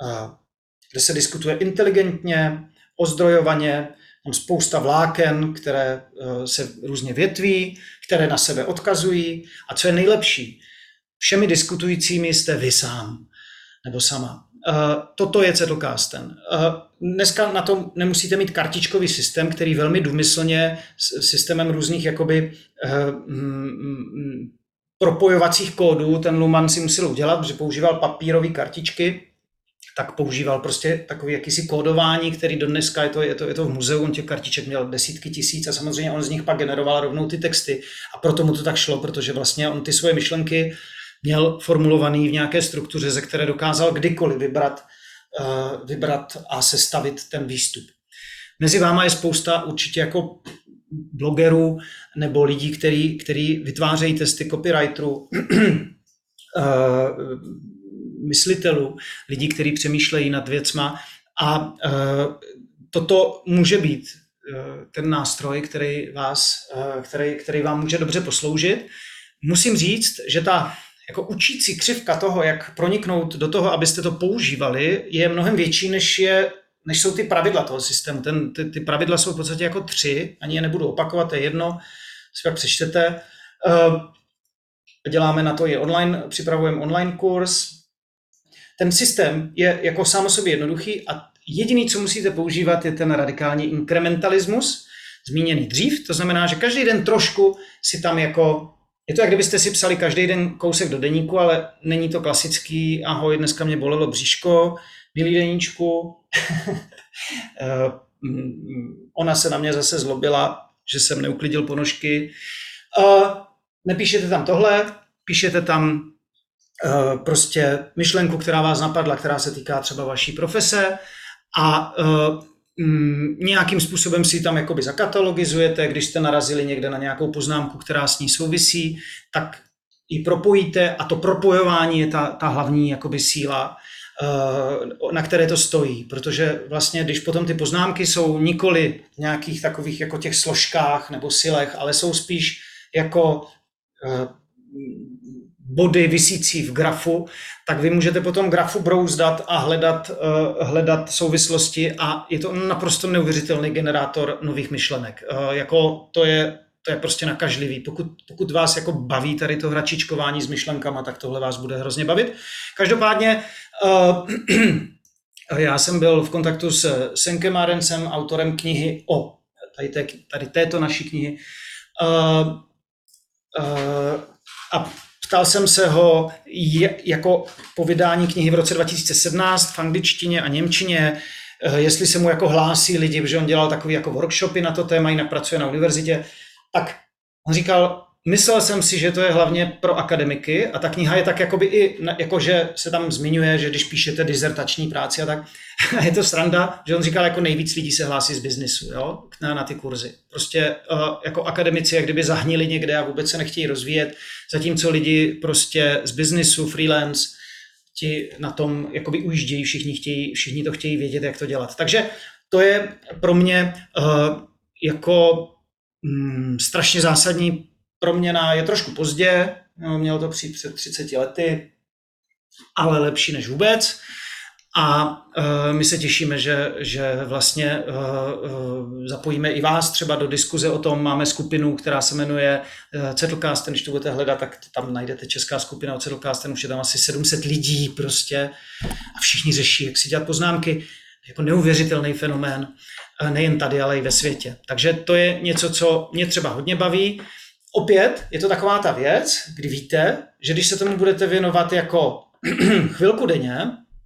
kde se diskutuje inteligentně, ozdrojovaně, tam spousta vláken, které se různě větví, které na sebe odkazují. A co je nejlepší, všemi diskutujícími jste vy sám nebo sama. Toto je Zettelkasten. Dneska na to nemusíte mít kartičkový systém, který velmi důmyslně s systémem různých jakoby propojovacích kódů ten Luhmann si musel udělat, protože používal papírové kartičky, tak používal prostě takový jakýsi kódování, který do dneska je to, je to, je to v muzeu, on těch kartiček měl desítky tisíc a samozřejmě on z nich pak generoval rovnou ty texty a proto mu to tak šlo, protože vlastně on ty svoje myšlenky měl formulovaný v nějaké struktuře, ze které dokázal kdykoliv vybrat, uh, vybrat a sestavit ten výstup. Mezi váma je spousta určitě jako blogerů nebo lidí, který, který vytvářejí testy copywriterů, myslitelů, lidí, kteří přemýšlejí nad věcma a toto může být ten nástroj, který, vás, který, který vám může dobře posloužit. Musím říct, že ta jako učící křivka toho, jak proniknout do toho, abyste to používali, je mnohem větší, než, je, než jsou ty pravidla toho systému. Ten, ty, ty pravidla jsou v podstatě jako tři, ani je nebudu opakovat, to je jedno, si pak přečtete. Děláme na to i online, připravujeme online kurz. Ten systém je jako sám o sobě jednoduchý a jediný, co musíte používat, je ten radikální inkrementalismus, zmíněný dřív. To znamená, že každý den trošku si tam jako... Je to, jak kdybyste si psali každý den kousek do deníku, ale není to klasický ahoj, dneska mě bolelo bříško, milý deníčku. Ona se na mě zase zlobila, že jsem neuklidil ponožky. Nepíšete tam tohle, píšete tam prostě myšlenku, která vás napadla, která se týká třeba vaší profese a nějakým způsobem si ji tam jakoby zakatalogizujete, když jste narazili někde na nějakou poznámku, která s ní souvisí, tak ji propojíte a to propojování je ta, ta hlavní jakoby síla, na které to stojí, protože vlastně, když potom ty poznámky jsou nikoli v nějakých takových jako těch složkách nebo silech, ale jsou spíš jako body visící v grafu, tak vy můžete potom grafu brouzdat a hledat, uh, hledat souvislosti a je to naprosto neuvěřitelný generátor nových myšlenek. Uh, jako to je, to je prostě nakažlivý. Pokud, pokud vás jako baví tady to hračičkování s myšlenkama, tak tohle vás bude hrozně bavit. Každopádně uh, já jsem byl v kontaktu s Senkem Arendsem, autorem knihy o tady, té, tady této naší knihy. Uh, uh, a ptal jsem se ho jako po vydání knihy v roce dva tisíce sedmnáct v angličtině a němčině, jestli se mu jako hlásí lidi, protože on dělal takový jako workshopy na to téma, jinak pracuje na univerzitě, tak on říkal, myslel jsem si, že to je hlavně pro akademiky a ta kniha je tak jakoby i, jakože se tam zmiňuje, že když píšete dizertační práci a tak, je to sranda, že on říkal, jako nejvíc lidí se hlásí z biznisu, jo, na, na ty kurzy. Prostě uh, jako akademici, jak kdyby zahnili někde a vůbec se nechtějí rozvíjet, zatímco lidi prostě z biznisu, freelance, ti na tom jakoby ujíždějí, všichni, chtějí, všichni to chtějí vědět, jak to dělat. Takže to je pro mě uh, jako mm, strašně zásadní proměna, je trošku pozdě, no, mělo to přijít před třiceti lety, ale lepší než vůbec. A uh, my se těšíme, že, že vlastně uh, uh, zapojíme i vás třeba do diskuze o tom. Máme skupinu, která se jmenuje uh, Zettelkasten, když to budete hledat, tak tam najdete česká skupina o Zettelkasten, už je tam asi sedm set lidí prostě a všichni řeší, jak si dělat poznámky. Jako neuvěřitelný fenomén, uh, nejen tady, ale i ve světě. Takže to je něco, co mě třeba hodně baví. Opět je to taková ta věc, kdy víte, že když se tomu budete věnovat jako chvilku denně,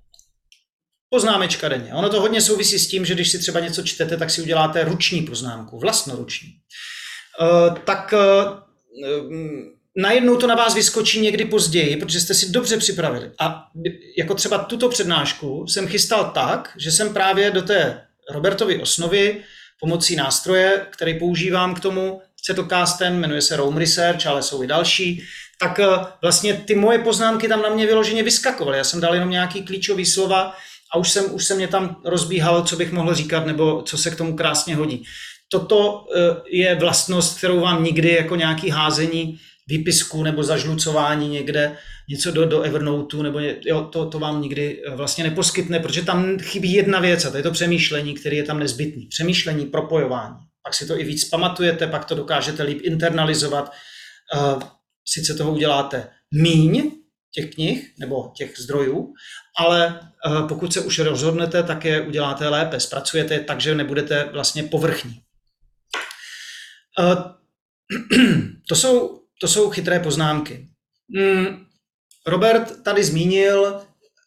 poznámečka denně. Ono to hodně souvisí s tím, že když si třeba něco čtete, tak si uděláte ruční poznámku, vlastnoruční. Uh, tak uh, najednou to na vás vyskočí někdy později, protože jste si dobře připravili. A jako třeba tuto přednášku jsem chystal tak, že jsem právě do té Robertovy osnovy pomocí nástroje, který používám k tomu, Zettelkasten, jmenuje se Roam Research, ale jsou i další, tak vlastně ty moje poznámky tam na mě vyloženě vyskakovaly. Já jsem dal jenom nějaký klíčový slova a už, jsem, už se mě tam rozbíhalo, co bych mohl říkat, nebo co se k tomu krásně hodí. Toto je vlastnost, kterou vám nikdy jako nějaký házení výpisku nebo zažlucování někde, něco do, do Evernoteu, nebo jo, to, to vám nikdy vlastně neposkytne, protože tam chybí jedna věc a to je to přemýšlení, které je tam nezbytný. Přemýšlení, propojování. Pak si to i víc pamatujete, pak to dokážete líp internalizovat. Sice toho uděláte míň těch knih nebo těch zdrojů, ale pokud se už rozhodnete, tak je uděláte lépe. Zpracujete je tak, že nebudete vlastně povrchní. To jsou, to jsou chytré poznámky. Robert tady zmínil,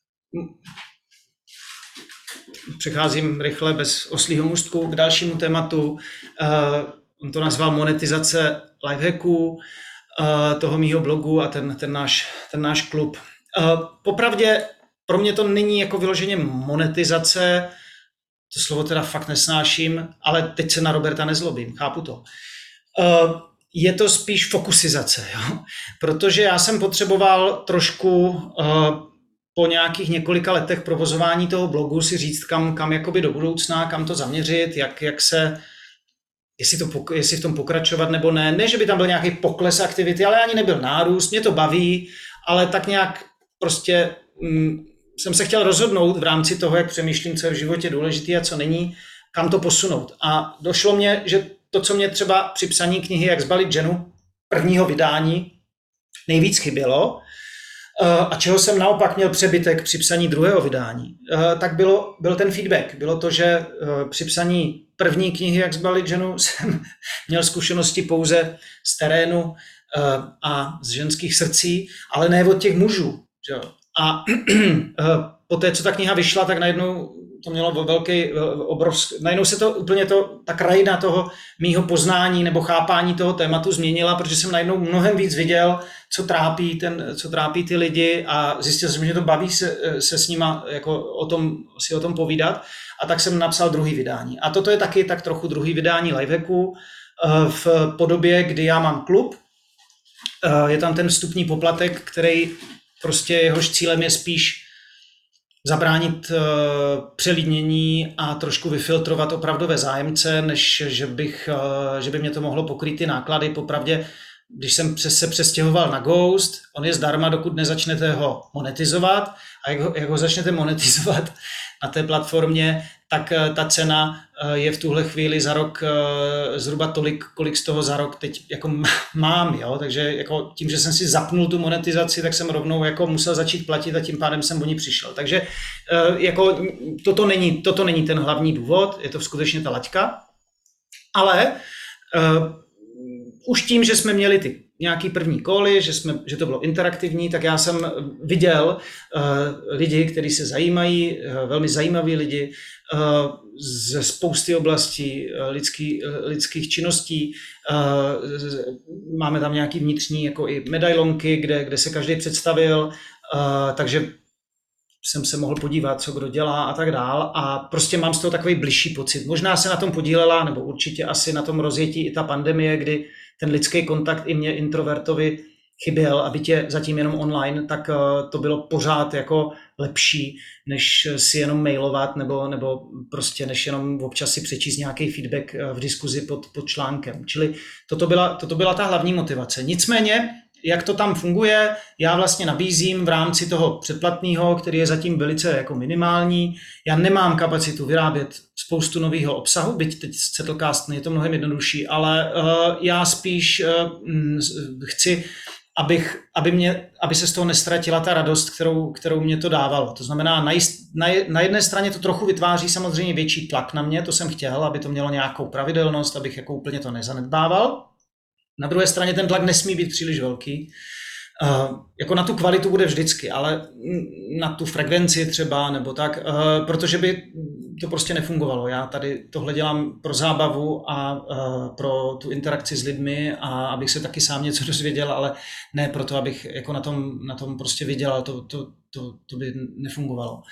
přecházím rychle bez oslího můstku k dalšímu tématu, on to nazval monetizace lifehacků, toho mýho blogu a ten, ten, náš, ten náš klub. Popravdě pro mě to není jako vyloženě monetizace, to slovo teda fakt nesnáším, ale teď se na Roberta nezlobím, chápu to. Je to spíš fokusizace, jo? Protože já jsem potřeboval trošku po nějakých několika letech provozování toho blogu si říct, kam, kam jakoby do budoucna, kam to zaměřit, jak, jak se, jestli, to, jestli v tom pokračovat nebo ne. Ne, že by tam byl nějaký pokles aktivity, ale ani nebyl nárůst, mě to baví, ale tak nějak prostě hm, jsem se chtěl rozhodnout v rámci toho, jak přemýšlím, co je v životě důležité a co není, kam to posunout. A došlo mě, že to, co mě třeba při psaní knihy Jak zbalit ženu prvního vydání nejvíc chybělo, a čeho jsem naopak měl přebytek při psaní druhého vydání, tak bylo, byl ten feedback. Bylo to, že při psaní první knihy Jak zbalit ženu jsem měl zkušenosti pouze z terénu a z ženských srdcí, ale ne od těch mužů. A po té, co ta kniha vyšla, tak najednou to mělo velký, obrovský, najednou se to úplně to, ta krajina toho mýho poznání nebo chápání toho tématu změnila, protože jsem najednou mnohem víc viděl, co trápí, ten, co trápí ty lidi a zjistil jsem, že to baví se, se s nima jako o tom, si o tom povídat a tak jsem napsal druhý vydání. A toto je taky tak trochu druhý vydání Lifehacku v podobě, kdy já mám klub, je tam ten vstupní poplatek, který prostě jehož cílem je spíš zabránit uh, přelidnění a trošku vyfiltrovat opravdové zájemce, než že, bych, uh, že by mě to mohlo pokrýt ty náklady. Popravdě, když jsem přes, se přestěhoval na Ghost, on je zdarma, dokud nezačnete ho monetizovat a jak ho, jak ho začnete monetizovat na té platformě, tak uh, ta cena uh, je v tuhle chvíli za rok uh, zhruba tolik, kolik z toho za rok teď jako mám, jo? Takže jako tím, že jsem si zapnul tu monetizaci, tak jsem rovnou jako musel začít platit a tím pádem jsem o ní přišel. Takže uh, jako toto není, toto není ten hlavní důvod, je to skutečně ta laťka, ale uh, už tím, že jsme měli ty nějaký první koly, že, jsme, že to bylo interaktivní, tak já jsem viděl uh, lidi, kteří se zajímají, uh, velmi zajímaví lidi uh, ze spousty oblastí uh, lidský, uh, lidských činností. Uh, máme tam nějaký vnitřní jako i medailonky, kde, kde se každý představil, uh, takže jsem se mohl podívat, co kdo dělá a tak dál a prostě mám z toho takový bližší pocit. Možná se na tom podílela, nebo určitě asi na tom rozjetí i ta pandemie, kdy ten lidský kontakt i mě introvertovi chyběl a byť je zatím jenom online, tak to bylo pořád jako lepší, než si jenom mailovat nebo, nebo prostě než jenom občas si přečíst nějaký feedback v diskuzi pod, pod článkem. Čili toto byla, toto byla ta hlavní motivace. Nicméně, jak to tam funguje, já vlastně nabízím v rámci toho předplatného, který je zatím velice jako minimální. Já nemám kapacitu vyrábět spoustu nového obsahu, byť teď z Zettelcast je to mnohem jednodušší, ale uh, já spíš uh, chci, abych, aby, mě, aby se z toho nestratila ta radost, kterou, kterou mě to dávalo. To znamená, na, jist, na, na jedné straně to trochu vytváří samozřejmě větší tlak na mě, to jsem chtěl, aby to mělo nějakou pravidelnost, abych jako úplně to nezanedbával. Na druhé straně ten tlak nesmí být příliš velký. Uh, jako na tu kvalitu bude vždycky, ale na tu frekvenci třeba nebo tak, uh, protože by to prostě nefungovalo. Já tady tohle dělám pro zábavu a uh, pro tu interakci s lidmi a abych se taky sám něco dozvěděl, ale ne proto, abych jako na tom, na tom prostě vydělal, to, to, to, to by nefungovalo.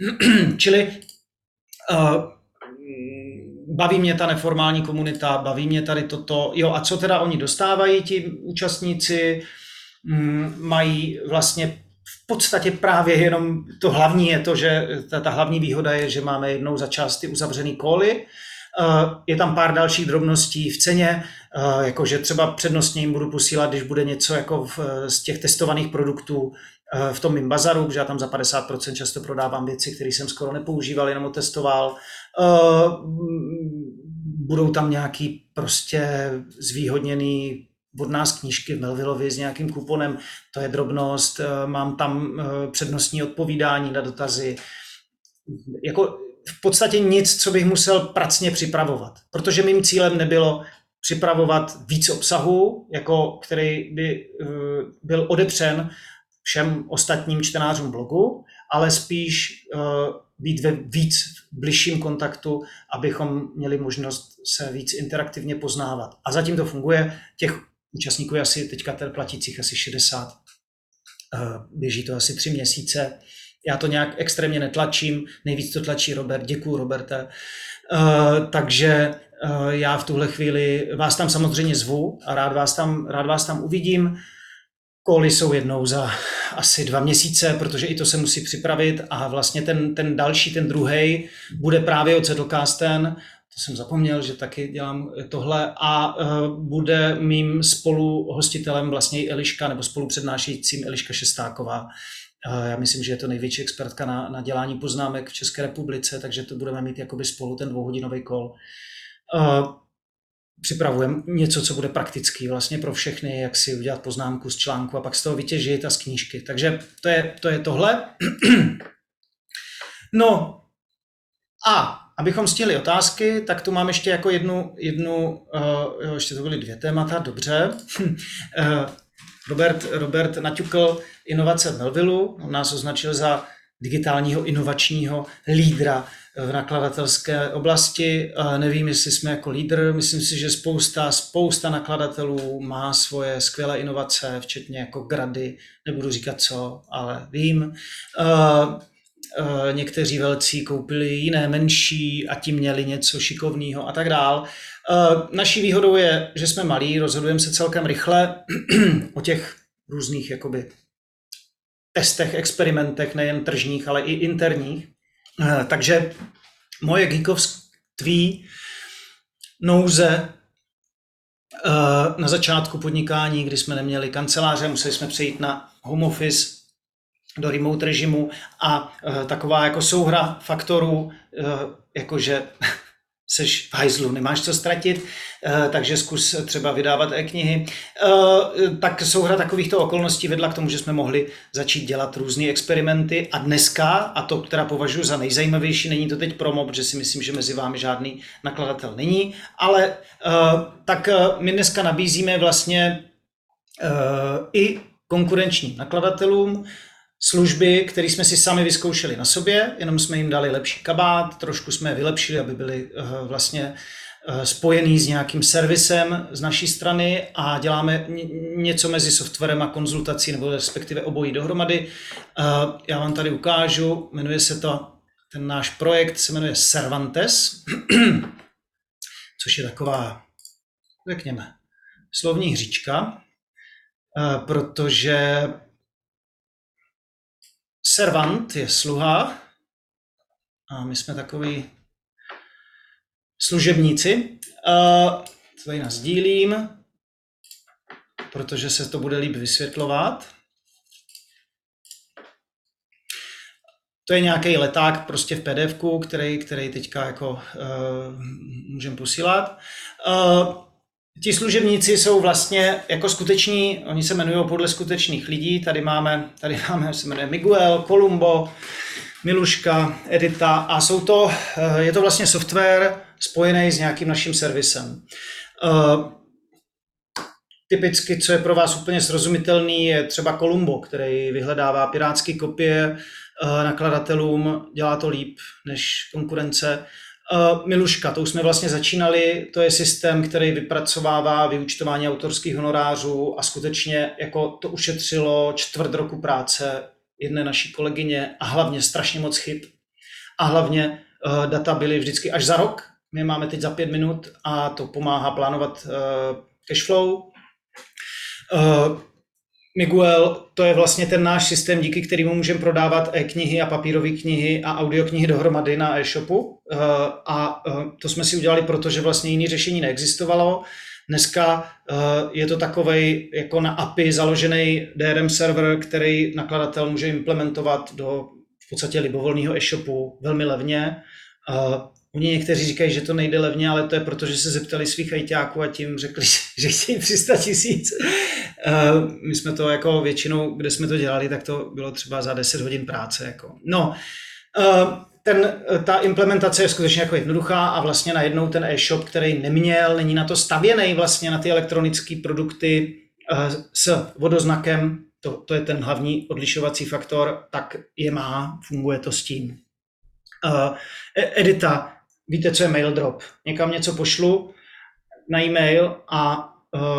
Čili uh, baví mě ta neformální komunita, baví mě tady toto. Jo, a co teda oni dostávají, ti účastníci? Mají vlastně v podstatě právě jenom to hlavní je to, že ta, ta hlavní výhoda je, že máme jednou za čas ty uzavřený koly. Je tam pár dalších drobností v ceně, jakože třeba přednostně jim budu posílat, když bude něco jako v, z těch testovaných produktů v tom mým bazaru, protože já tam za padesát procent často prodávám věci, které jsem skoro nepoužíval, jenom otestoval. Budou tam nějaký prostě zvýhodněný od nás knížky v Melvillovi s nějakým kuponem, to je drobnost, mám tam přednostní odpovídání na dotazy. Jako v podstatě nic, co bych musel pracně připravovat, protože mým cílem nebylo připravovat víc obsahu, jako který by byl odepřen všem ostatním čtenářům blogu, ale spíš být ve víc bližším kontaktu, abychom měli možnost se víc interaktivně poznávat. A zatím to funguje. Těch účastníků je asi teďka platících asi šedesát. Běží to asi tři měsíce. Já to nějak extrémně netlačím, nejvíc to tlačí Robert, děkuju Roberte. Uh, takže uh, já v tuhle chvíli vás tam samozřejmě zvu a rád vás tam, rád vás tam uvidím. Koly jsou jednou za asi dva měsíce, protože i to se musí připravit a vlastně ten, ten další, ten druhej, bude právě od Settlecasten. To jsem zapomněl, že taky dělám tohle a uh, bude mým spoluhostitelem vlastně i Eliška nebo spolupřednášejícím Eliška Šestáková. Uh, já myslím, že je to největší expertka na, na dělání poznámek v České republice, takže to budeme mít jakoby spolu ten dvouhodinový kol. Uh, Připravujeme něco, co bude praktický vlastně pro všechny, jak si udělat poznámku z článku a pak z toho vytěžit a z knížky. Takže to je, to je tohle. No a abychom stihli otázky, tak tu mám ještě jako jednu, jednu uh, jo, ještě to byly dvě témata, dobře. uh, Robert, Robert naťukl inovace v Melvillu, on nás označil za digitálního inovačního lídra v nakladatelské oblasti. Nevím, jestli jsme jako lídr, myslím si, že spousta, spousta nakladatelů má svoje skvělé inovace, včetně jako Grady, nebudu říkat co, ale vím. Někteří velcí koupili jiné menší a ti měli něco šikovného a tak dál. Naší výhodou je, že jsme malí, rozhodujeme se celkem rychle o těch různých jakoby testech, experimentech, nejen tržních, ale i interních. Takže moje geekovství nouze na začátku podnikání, kdy jsme neměli kanceláře, museli jsme přejít na home office, do remote režimu a taková jako souhra faktorů, jakože seš v hajzlu, nemáš co ztratit, takže zkus třeba vydávat e-knihy. Tak souhra takovýchto okolností vedla k tomu, že jsme mohli začít dělat různé experimenty a dneska, a to teda považuji za nejzajímavější, není to teď promo, protože si myslím, že mezi vámi žádný nakladatel není, ale tak my dneska nabízíme vlastně i konkurenčním nakladatelům služby, které jsme si sami vyzkoušeli na sobě, jenom jsme jim dali lepší kabát, trošku jsme je vylepšili, aby byli uh, vlastně uh, spojený s nějakým servisem z naší strany a děláme něco mezi softwarem a konzultací, nebo respektive obojí dohromady. Uh, já vám tady ukážu, jmenuje se to, ten náš projekt se jmenuje Cervantes, což je taková, řekněme, slovní hříčka, uh, protože servant je sluha a my jsme takový služebníci. To tady nasdílím, protože se to bude líp vysvětlovat. To je nějaký leták prostě v P D F ku, který, který teďka jako uh, můžeme posílat. Uh, Ti služebníci jsou vlastně jako skuteční, oni se jmenují podle skutečných lidí, tady máme, tady máme, se jmenuje Miguel, Columbo, Miluška, Edita a jsou to, je to vlastně software spojený s nějakým naším servisem. Typicky, co je pro vás úplně srozumitelný, je třeba Columbo, který vyhledává pirátské kopie nakladatelům, dělá to líp než konkurence. Uh, Miluška, to už jsme vlastně začínali, to je systém, který vypracovává vyúčtování autorských honorářů a skutečně jako to ušetřilo čtvrt roku práce jedné naší kolegyně a hlavně strašně moc chyb. A hlavně uh, data byly vždycky až za rok, my máme teď za pět minut a to pomáhá plánovat uh, cashflow. Uh, Miguel, to je vlastně ten náš systém, díky kterému můžeme prodávat e-knihy a papírové knihy a audioknihy dohromady na e-shopu. A to jsme si udělali, protože vlastně jiné řešení neexistovalo. Dneska je to takovej jako na A P I založený D R M server, který nakladatel může implementovat do v podstatě libovolného e-shopu velmi levně. Oni někteří říkají, že to nejde levně, ale to je proto, že se zeptali svých ajťáků a tím řekli, že chtějí tři sta tisíc. My jsme to jako většinou, kde jsme to dělali, tak to bylo třeba za deset hodin práce. Jako. No, ten, ta implementace je skutečně jako jednoduchá a vlastně najednou ten e-shop, který neměl, není na to stavěný vlastně na ty elektronické produkty s vodoznakem, to, to je ten hlavní odlišovací faktor, tak je má, funguje to s tím. Edita, víte, co je mail drop? Někam něco pošlu na e-mail a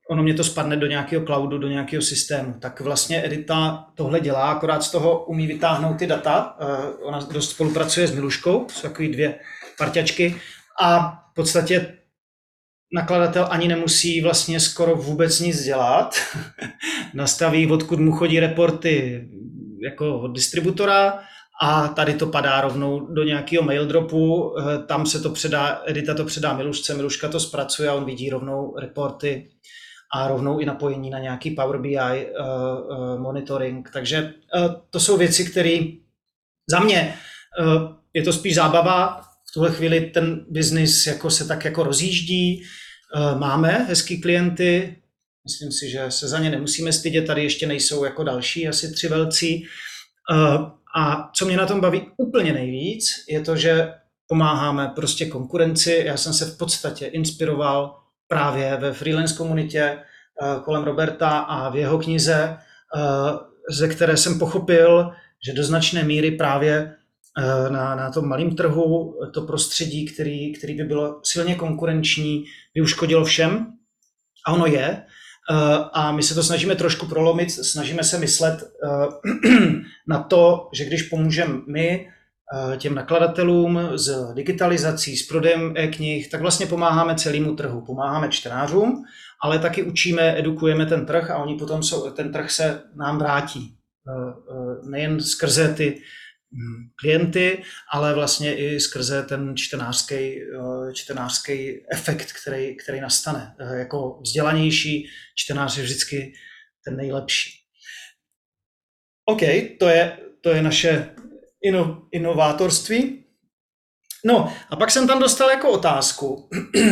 ono mě to spadne do nějakého cloudu, do nějakého systému. Tak vlastně Edita tohle dělá, akorát z toho umí vytáhnout ty data. Ona dost spolupracuje s Miluškou, jsou takový dvě parťačky a v podstatě nakladatel ani nemusí vlastně skoro vůbec nic dělat. Nastaví, odkud mu chodí reporty jako od distributora a tady to padá rovnou do nějakého mail dropu, tam se to předá, Edita to předá Milušce, Miluška to zpracuje a on vidí rovnou reporty a rovnou i napojení na nějaký Power B I uh, uh, monitoring. Takže uh, to jsou věci, které za mě uh, je to spíš zábava. V tuhle chvíli ten biznis jako se tak jako rozjíždí. Uh, máme hezký klienty, myslím si, že se za ně nemusíme stydět, tady ještě nejsou jako další, asi tři velcí. Uh, a co mě na tom baví úplně nejvíc, je to, že pomáháme prostě konkurenci. Já jsem se v podstatě inspiroval právě ve freelance komunitě kolem Roberta a v jeho knize, ze které jsem pochopil, že do značné míry právě na, na tom malém trhu to prostředí, který, který by bylo silně konkurenční, by uškodilo všem. A ono je. A my se to snažíme trošku prolomit, snažíme se myslet na to, že když pomůžeme my těm nakladatelům s digitalizací, s prodejem e-knih, tak vlastně pomáháme celému trhu. Pomáháme čtenářům, ale taky učíme, edukujeme ten trh a oni potom jsou, ten trh se nám vrátí. Nejen skrze ty klienty, ale vlastně i skrze ten čtenářský, čtenářský efekt, který, který nastane. Jako vzdělanější čtenář je vždycky ten nejlepší. OK, to je, to je naše ino, inovátorství. No a pak jsem tam dostal jako otázku,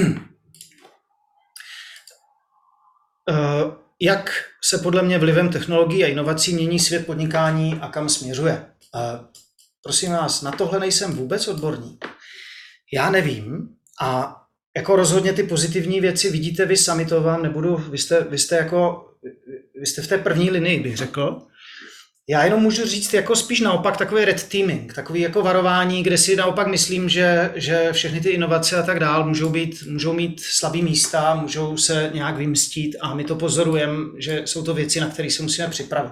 jak se podle mě vlivem technologií a inovací mění svět podnikání a kam směřuje. Prosím vás, na tohle nejsem vůbec odborník. Já nevím a jako rozhodně ty pozitivní věci vidíte vy sami, to vám nebudu, vy jste, vy jste, jako, vy jste v té první linii, bych řekl. Já jenom můžu říct jako spíš naopak takový red teaming, takový jako varování, kde si naopak myslím, že, že všechny ty inovace a tak dál můžou, být, můžou mít slabý místa, můžou se nějak vymstít a my to pozorujeme, že jsou to věci, na které se musíme připravit.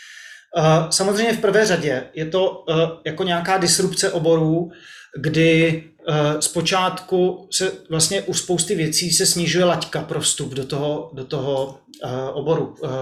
Uh, samozřejmě v prvé řadě je to uh, jako nějaká disrupce oborů, kdy uh, zpočátku se vlastně u spousty věcí se snižuje laťka pro vstup do toho, do toho uh, oboru. Uh,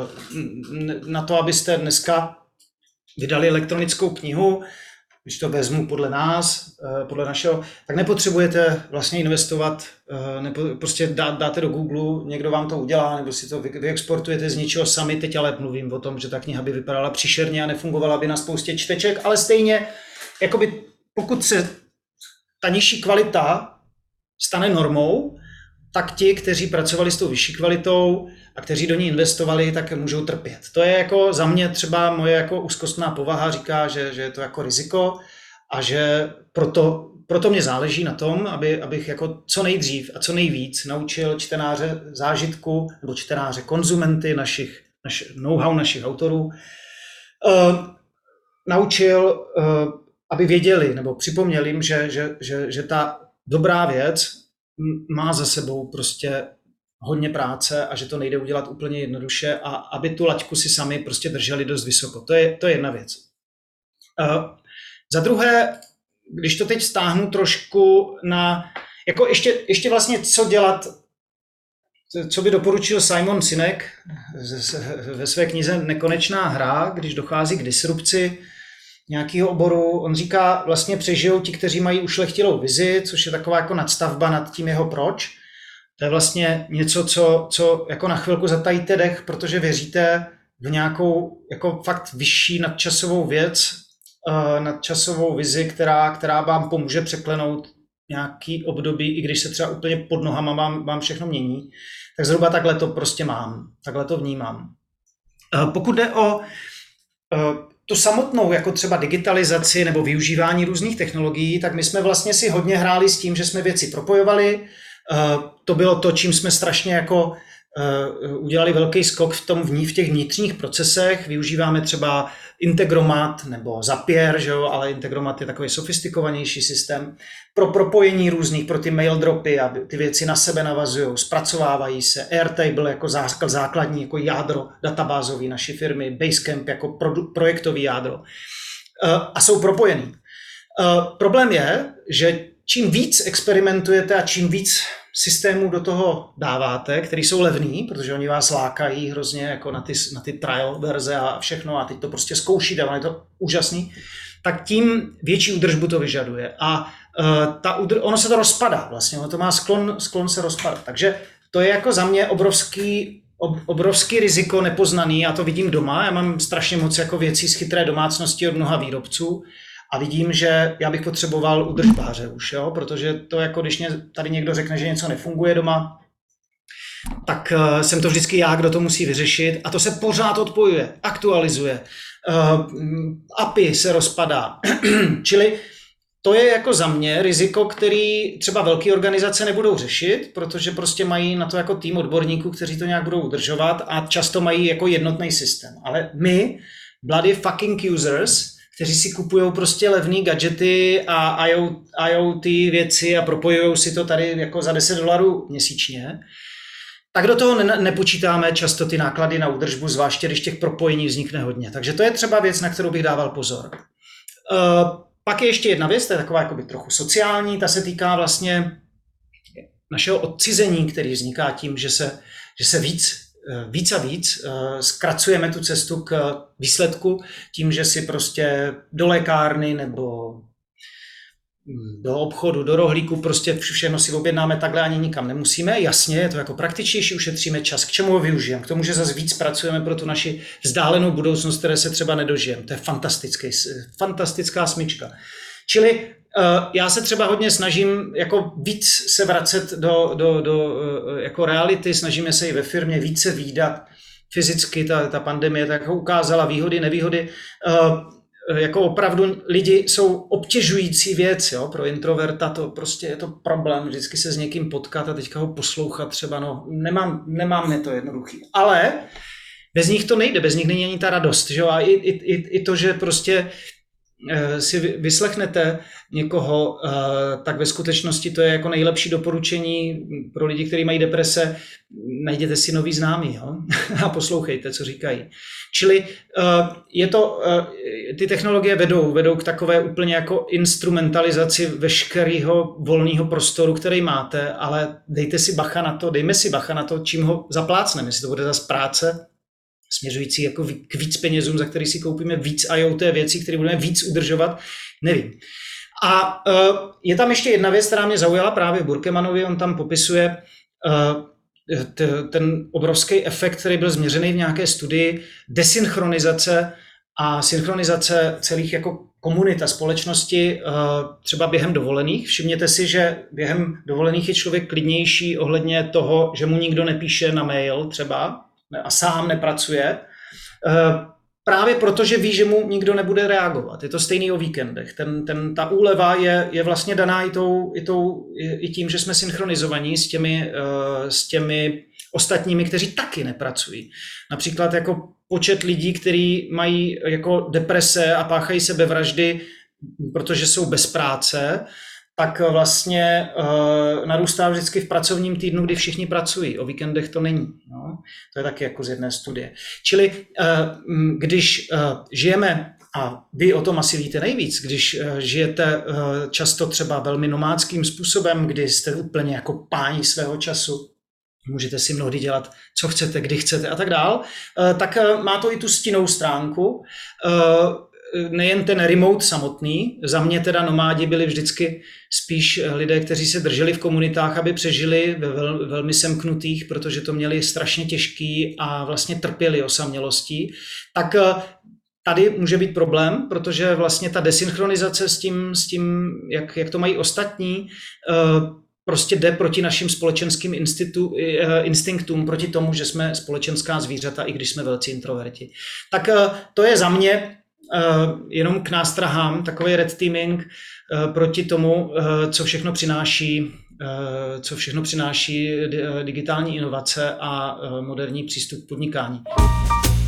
na to, abyste dneska vydali elektronickou knihu, když to vezmu podle nás, podle našeho, tak nepotřebujete vlastně investovat, nepo, prostě dá, dáte do Google, někdo vám to udělá, nebo si to vy, vyexportujete z ničeho sami, teď ale mluvím o tom, že ta kniha by vypadala příšerně a nefungovala by na spoustě čteček, ale stejně, jakoby, pokud se ta nižší kvalita stane normou, tak ti, kteří pracovali s tou vyšší kvalitou a kteří do ní investovali, tak můžou trpět. To je jako za mě třeba moje jako úzkostná povaha říká, že, že je to jako riziko a že proto, proto mě záleží na tom, aby, abych jako co nejdřív a co nejvíc naučil čtenáře zážitku nebo čtenáře konzumenty našich, naš, know-how našich autorů, uh, naučil, uh, aby věděli nebo připomněli jim, že, že, že, že ta dobrá věc má za sebou prostě hodně práce a že to nejde udělat úplně jednoduše a aby tu laťku si sami prostě drželi dost vysoko. To je, to je jedna věc. Uh, za druhé, když to teď stáhnu trošku na, jako ještě, ještě vlastně co dělat, co by doporučil Simon Sinek ve své knize Nekonečná hra, když dochází k disrupci nějakého oboru. On říká, vlastně přežijou ti, kteří mají ušlechtilou vizi, což je taková jako nadstavba nad tím jeho proč. To je vlastně něco, co, co jako na chvilku zatajíte dech, protože věříte v nějakou jako fakt vyšší nadčasovou věc, nadčasovou vizi, která, která vám pomůže překlenout nějaký období, i když se třeba úplně pod nohama vám, vám všechno mění. Tak zhruba takhle to prostě mám, takhle to vnímám. Pokud jde o tu samotnou, jako třeba digitalizaci nebo využívání různých technologií, tak my jsme vlastně si hodně hráli s tím, že jsme věci propojovali. To bylo to, čím jsme strašně jako udělali velký skok v tom v těch vnitřních procesech. Využíváme třeba Integromat nebo Zapier, že jo, ale Integromat je takový sofistikovanější systém pro propojení různých, pro ty mail dropy a ty věci na sebe navazují, zpracovávají se. Airtable jako základní, jako jádro databázový naší firmy, Basecamp jako pro, projektový jádro. A jsou propojený. Problém je, že čím víc experimentujete a čím víc systémů do toho dáváte, který jsou levný, protože oni vás lákají hrozně jako na ty, na ty trial verze a všechno a teď to prostě zkoušíte, ale je to úžasný, tak tím větší údržbu to vyžaduje. A uh, ta údr- ono se to rozpadá vlastně, ono to má sklon, sklon se rozpadat. Takže to je jako za mě obrovský, ob, obrovský riziko nepoznaný, já to vidím doma, já mám strašně moc jako věcí z chytré domácnosti od mnoha výrobců, a vidím, že já bych potřeboval údržbáře už, jo? Protože to jako když mě tady někdo řekne, že něco nefunguje doma, tak uh, jsem to vždycky já, kdo to musí vyřešit a to se pořád odpojuje, aktualizuje, uh, A P I se rozpadá, čili to je jako za mě riziko, který třeba velké organizace nebudou řešit, protože prostě mají na to jako tým odborníků, kteří to nějak budou udržovat a často mají jako jednotný systém. Ale my, bloody fucking users, kteří si kupují prostě levný gadgety a I O T věci a propojují si to tady jako za deset dolarů měsíčně, tak do toho ne- nepočítáme často ty náklady na údržbu, zvláště když těch propojení vznikne hodně. Takže to je třeba věc, na kterou bych dával pozor. Uh, pak je ještě jedna věc, to je taková jakoby trochu sociální, ta se týká vlastně našeho odcizení, který vzniká tím, že se, že se víc víc a víc zkracujeme tu cestu k výsledku tím, že si prostě do lékárny nebo do obchodu, do rohlíku, prostě všechno si objednáme takhle, ani nikam nemusíme. Jasně, je to jako praktičtější, ušetříme čas. K čemu ho využijeme? K tomu, že zase víc pracujeme pro tu naši vzdálenou budoucnost, které se třeba nedožijeme. To je fantastický, fantastická smyčka. Čili uh, já se třeba hodně snažím jako víc se vracet do, do, do uh, jako reality, snažíme se i ve firmě více vídat fyzicky, ta, ta pandemie tak ukázala výhody, nevýhody. Uh, jako opravdu lidi jsou obtěžující věc, jo? Pro introverta to prostě je to problém, vždycky se s někým potkat a teďka ho poslouchat třeba, no nemám, nemám je to jednoduchý, ale bez nich to nejde, bez nich není ani ta radost, že jo? A i, i, i to, že prostě si vyslechnete někoho, tak ve skutečnosti to je jako nejlepší doporučení pro lidi, kteří mají deprese. Najděte si nový známý, jo? A poslouchejte, co říkají. Čili je to, ty technologie vedou, vedou k takové úplně jako instrumentalizaci veškerého volného prostoru, který máte, ale dejte si bacha na to, dejme si bacha na to, čím ho zaplácneme, jestli to bude zase práce, směřující jako k víc penězům, za který si koupíme víc I O T věcí, které budeme víc udržovat, nevím. A uh, je tam ještě jedna věc, která mě zaujala právě v Burkemanovi, on tam popisuje uh, t- ten obrovský efekt, který byl změřený v nějaké studii, desynchronizace a synchronizace celých jako komunit a společnosti uh, třeba během dovolených. Všimněte si, že během dovolených je člověk klidnější ohledně toho, že mu nikdo nepíše na mail třeba, a sám nepracuje, právě proto, že ví, že mu nikdo nebude reagovat. Je to stejný o víkendech. Ten, ten, ta úleva je, je vlastně daná i, tou, i, tou, i tím, že jsme synchronizovaní s těmi, s těmi ostatními, kteří taky nepracují. Například jako počet lidí, kteří mají jako deprese a páchají sebevraždy, protože jsou bez práce, tak vlastně uh, narůstá vždycky v pracovním týdnu, kdy všichni pracují. O víkendech to není. No? To je taky jako z jedné studie. Čili uh, když uh, žijeme, a vy o tom asi víte nejvíc, když uh, žijete uh, často třeba velmi nomádským způsobem, kdy jste úplně jako páni svého času, můžete si mnohdy dělat, co chcete, kdy chcete a tak dál, uh, tak uh, má to i tu stinnou stránku. Uh, nejen ten remote samotný, za mě teda nomádi byli vždycky spíš lidé, kteří se drželi v komunitách, aby přežili ve vel, velmi semknutých, protože to měli strašně těžký a vlastně trpěli osamělostí, tak tady může být problém, protože vlastně ta desynchronizace s tím, s tím jak, jak to mají ostatní, prostě jde proti našim společenským institu, instinktům, proti tomu, že jsme společenská zvířata, i když jsme velcí introverti. Tak to je za mě Uh, jenom k nástrahám, takový red teaming uh, proti tomu, uh, co všechno přináší, uh, co všechno přináší di- digitální inovace a uh, moderní přístup k podnikání.